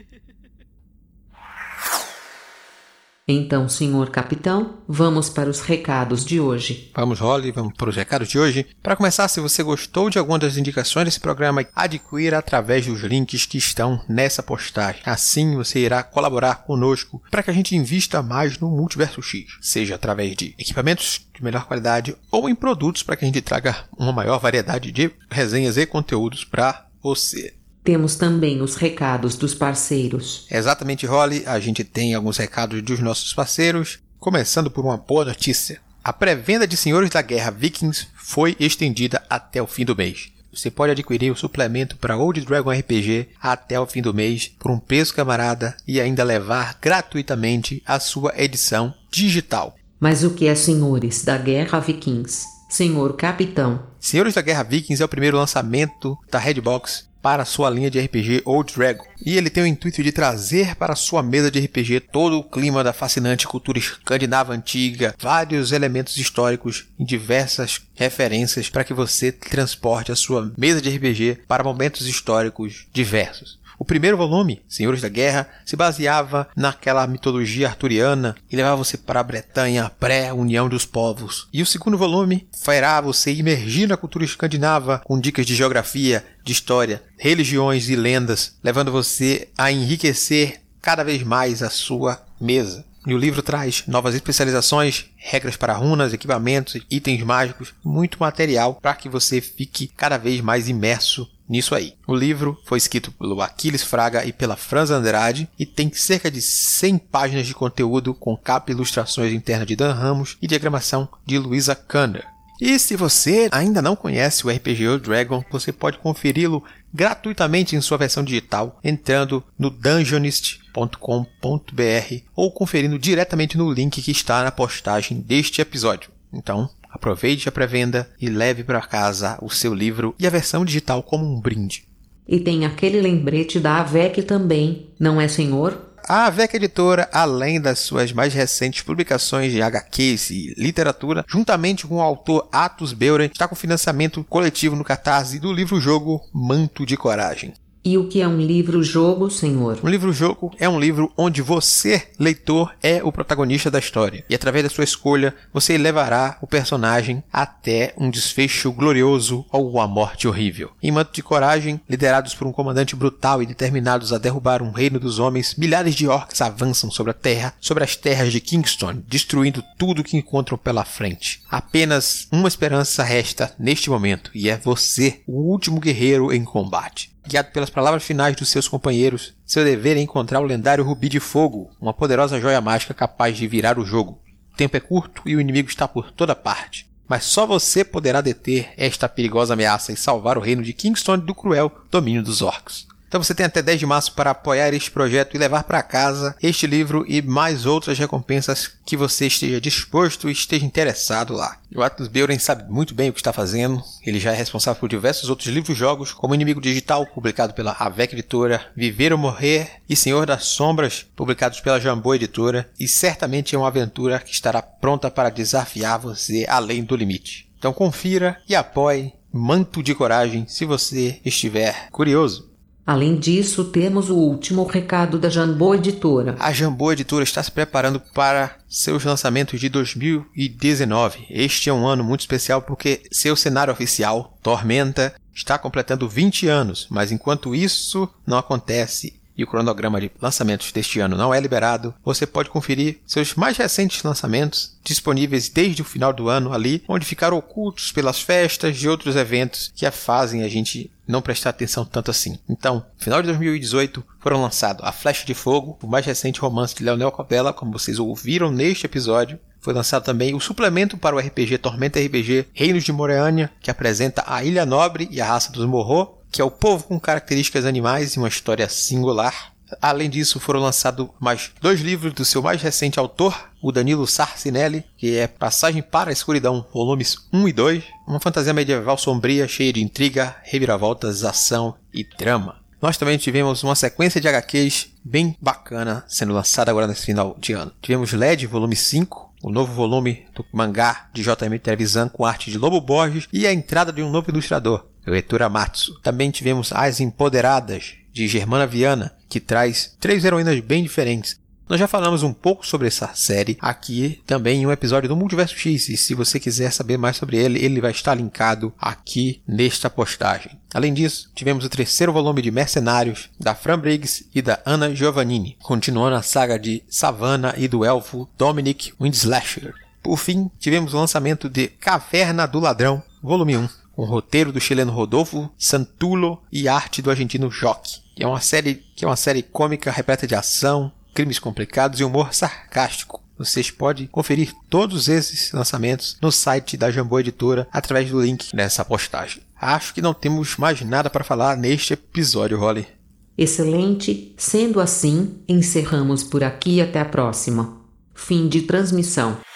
Então, senhor capitão, vamos para os recados de hoje.
Vamos, Holly, vamos para os recados de hoje. Para começar, se você gostou de alguma das indicações desse programa, adquira através dos links que estão nessa postagem. Assim, você irá colaborar conosco para que a gente invista mais no Multiverso X, seja através de equipamentos de melhor qualidade ou em produtos para que a gente traga uma maior variedade de resenhas e conteúdos para você.
Temos também os recados dos parceiros.
Exatamente, Holly. A gente tem alguns recados dos nossos parceiros, começando por uma boa notícia. A pré-venda de Senhores da Guerra Vikings foi estendida até o fim do mês. Você pode adquirir o suplemento para Old Dragon RPG até o fim do mês por um preço camarada e ainda levar gratuitamente a sua edição digital.
Mas o que é Senhores da Guerra Vikings? Senhor Capitão.
Senhores da Guerra Vikings é o primeiro lançamento da Redbox para a sua linha de RPG Old Dragon. E ele tem o intuito de trazer para a sua mesa de RPG todo o clima da fascinante cultura escandinava antiga, vários elementos históricos e diversas referências para que você transporte a sua mesa de RPG para momentos históricos diversos. O primeiro volume, Senhores da Guerra, se baseava naquela mitologia arturiana e levava você para a Bretanha pré-União dos Povos. E o segundo volume fará você imergir na cultura escandinava com dicas de geografia, de história, religiões e lendas, levando você a enriquecer cada vez mais a sua mesa. E o livro traz novas especializações, regras para runas, equipamentos, itens mágicos, muito material para que você fique cada vez mais imerso nisso aí. O livro foi escrito pelo Aquiles Fraga e pela Franz Andrade e tem cerca de 100 páginas de conteúdo com capa e ilustrações internas de Dan Ramos e diagramação de Luisa Kander. E se você ainda não conhece o RPG Old Dragon, você pode conferi-lo gratuitamente em sua versão digital, entrando no dungeonist.com.br ou conferindo diretamente no link que está na postagem deste episódio. Então, aproveite a pré-venda e leve para casa o seu livro e a versão digital como um brinde.
E tem aquele lembrete da AVEC também, não é, senhor?
A AVEC Editora, além das suas mais recentes publicações de HQs e literatura, juntamente com o autor Atos Beuren, está com financiamento coletivo no Catarse do livro-jogo Manto de Coragem.
E o que é um livro-jogo, senhor?
Um livro-jogo é um livro onde você, leitor, é o protagonista da história. E através da sua escolha, você levará o personagem até um desfecho glorioso ou a morte horrível. Em Manto de Coragem, liderados por um comandante brutal e determinados a derrubar um reino dos homens, milhares de orcs avançam sobre as terras de Kingston, destruindo tudo que encontram pela frente. Apenas uma esperança resta neste momento, e é você, o último guerreiro em combate. Guiado pelas palavras finais dos seus companheiros, seu dever é encontrar o lendário Rubi de Fogo, uma poderosa joia mágica capaz de virar o jogo. O tempo é curto e o inimigo está por toda parte, mas só você poderá deter esta perigosa ameaça e salvar o reino de Kingston do cruel domínio dos orcs. Então você tem até 10 de março para apoiar este projeto e levar para casa este livro e mais outras recompensas que você esteja disposto e esteja interessado lá. O Atos Beuren sabe muito bem o que está fazendo, ele já é responsável por diversos outros livros-jogos, como Inimigo Digital, publicado pela AVEC Editora, Viver ou Morrer e Senhor das Sombras, publicados pela Jambô Editora, e certamente é uma aventura que estará pronta para desafiar você além do limite. Então confira e apoie Manto de Coragem se você estiver curioso.
Além disso, temos o último recado da Jambô Editora.
A Jambô Editora está se preparando para seus lançamentos de 2019. Este é um ano muito especial porque seu cenário oficial, Tormenta, está completando 20 anos. Mas enquanto isso não acontece e o cronograma de lançamentos deste ano não é liberado, você pode conferir seus mais recentes lançamentos, disponíveis desde o final do ano ali, onde ficaram ocultos pelas festas e outros eventos que fazem a gente não prestar atenção tanto assim. Então, no final de 2018, foram lançados A Flecha de Fogo, o mais recente romance de Leonel Capella, como vocês ouviram neste episódio. Foi lançado também o suplemento para o RPG Tormenta RPG Reinos de Moreânia, que apresenta a Ilha Nobre e a raça dos Morro, que é o povo com características animais e uma história singular. Além disso, foram lançados mais 2 livros do seu mais recente autor, o Danilo Sarcinelli, que é Passagem para a Escuridão, volumes 1 e 2, uma fantasia medieval sombria, cheia de intriga, reviravoltas, ação e drama. Nós também tivemos uma sequência de HQs bem bacana sendo lançada agora nesse final de ano. Tivemos LED, volume 5, o novo volume do mangá de J.M. Trevisan com arte de Lobo Borges e a entrada de um novo ilustrador, o Heitor Amatsu. Também tivemos As Empoderadas, de Germana Viana, que traz 3 heroínas bem diferentes. Nós já falamos um pouco sobre essa série aqui também em um episódio do Multiverso X, e se você quiser saber mais sobre ele vai estar linkado aqui nesta postagem. Além disso, tivemos o 3º volume de Mercenários, da Fran Briggs e da Anna Giovannini, continuando a saga de Savannah e do elfo Dominic Windslasher. Por fim, tivemos o lançamento de Caverna do Ladrão, volume 1, com roteiro do chileno Rodolfo Santulo e arte do argentino Joque. Que é uma série cômica repleta de ação, crimes complicados e humor sarcástico. Vocês podem conferir todos esses lançamentos no site da Jambô Editora através do link nessa postagem. Acho que não temos mais nada para falar neste episódio, Holly.
Excelente. Sendo assim, encerramos por aqui e até a próxima. Fim de transmissão.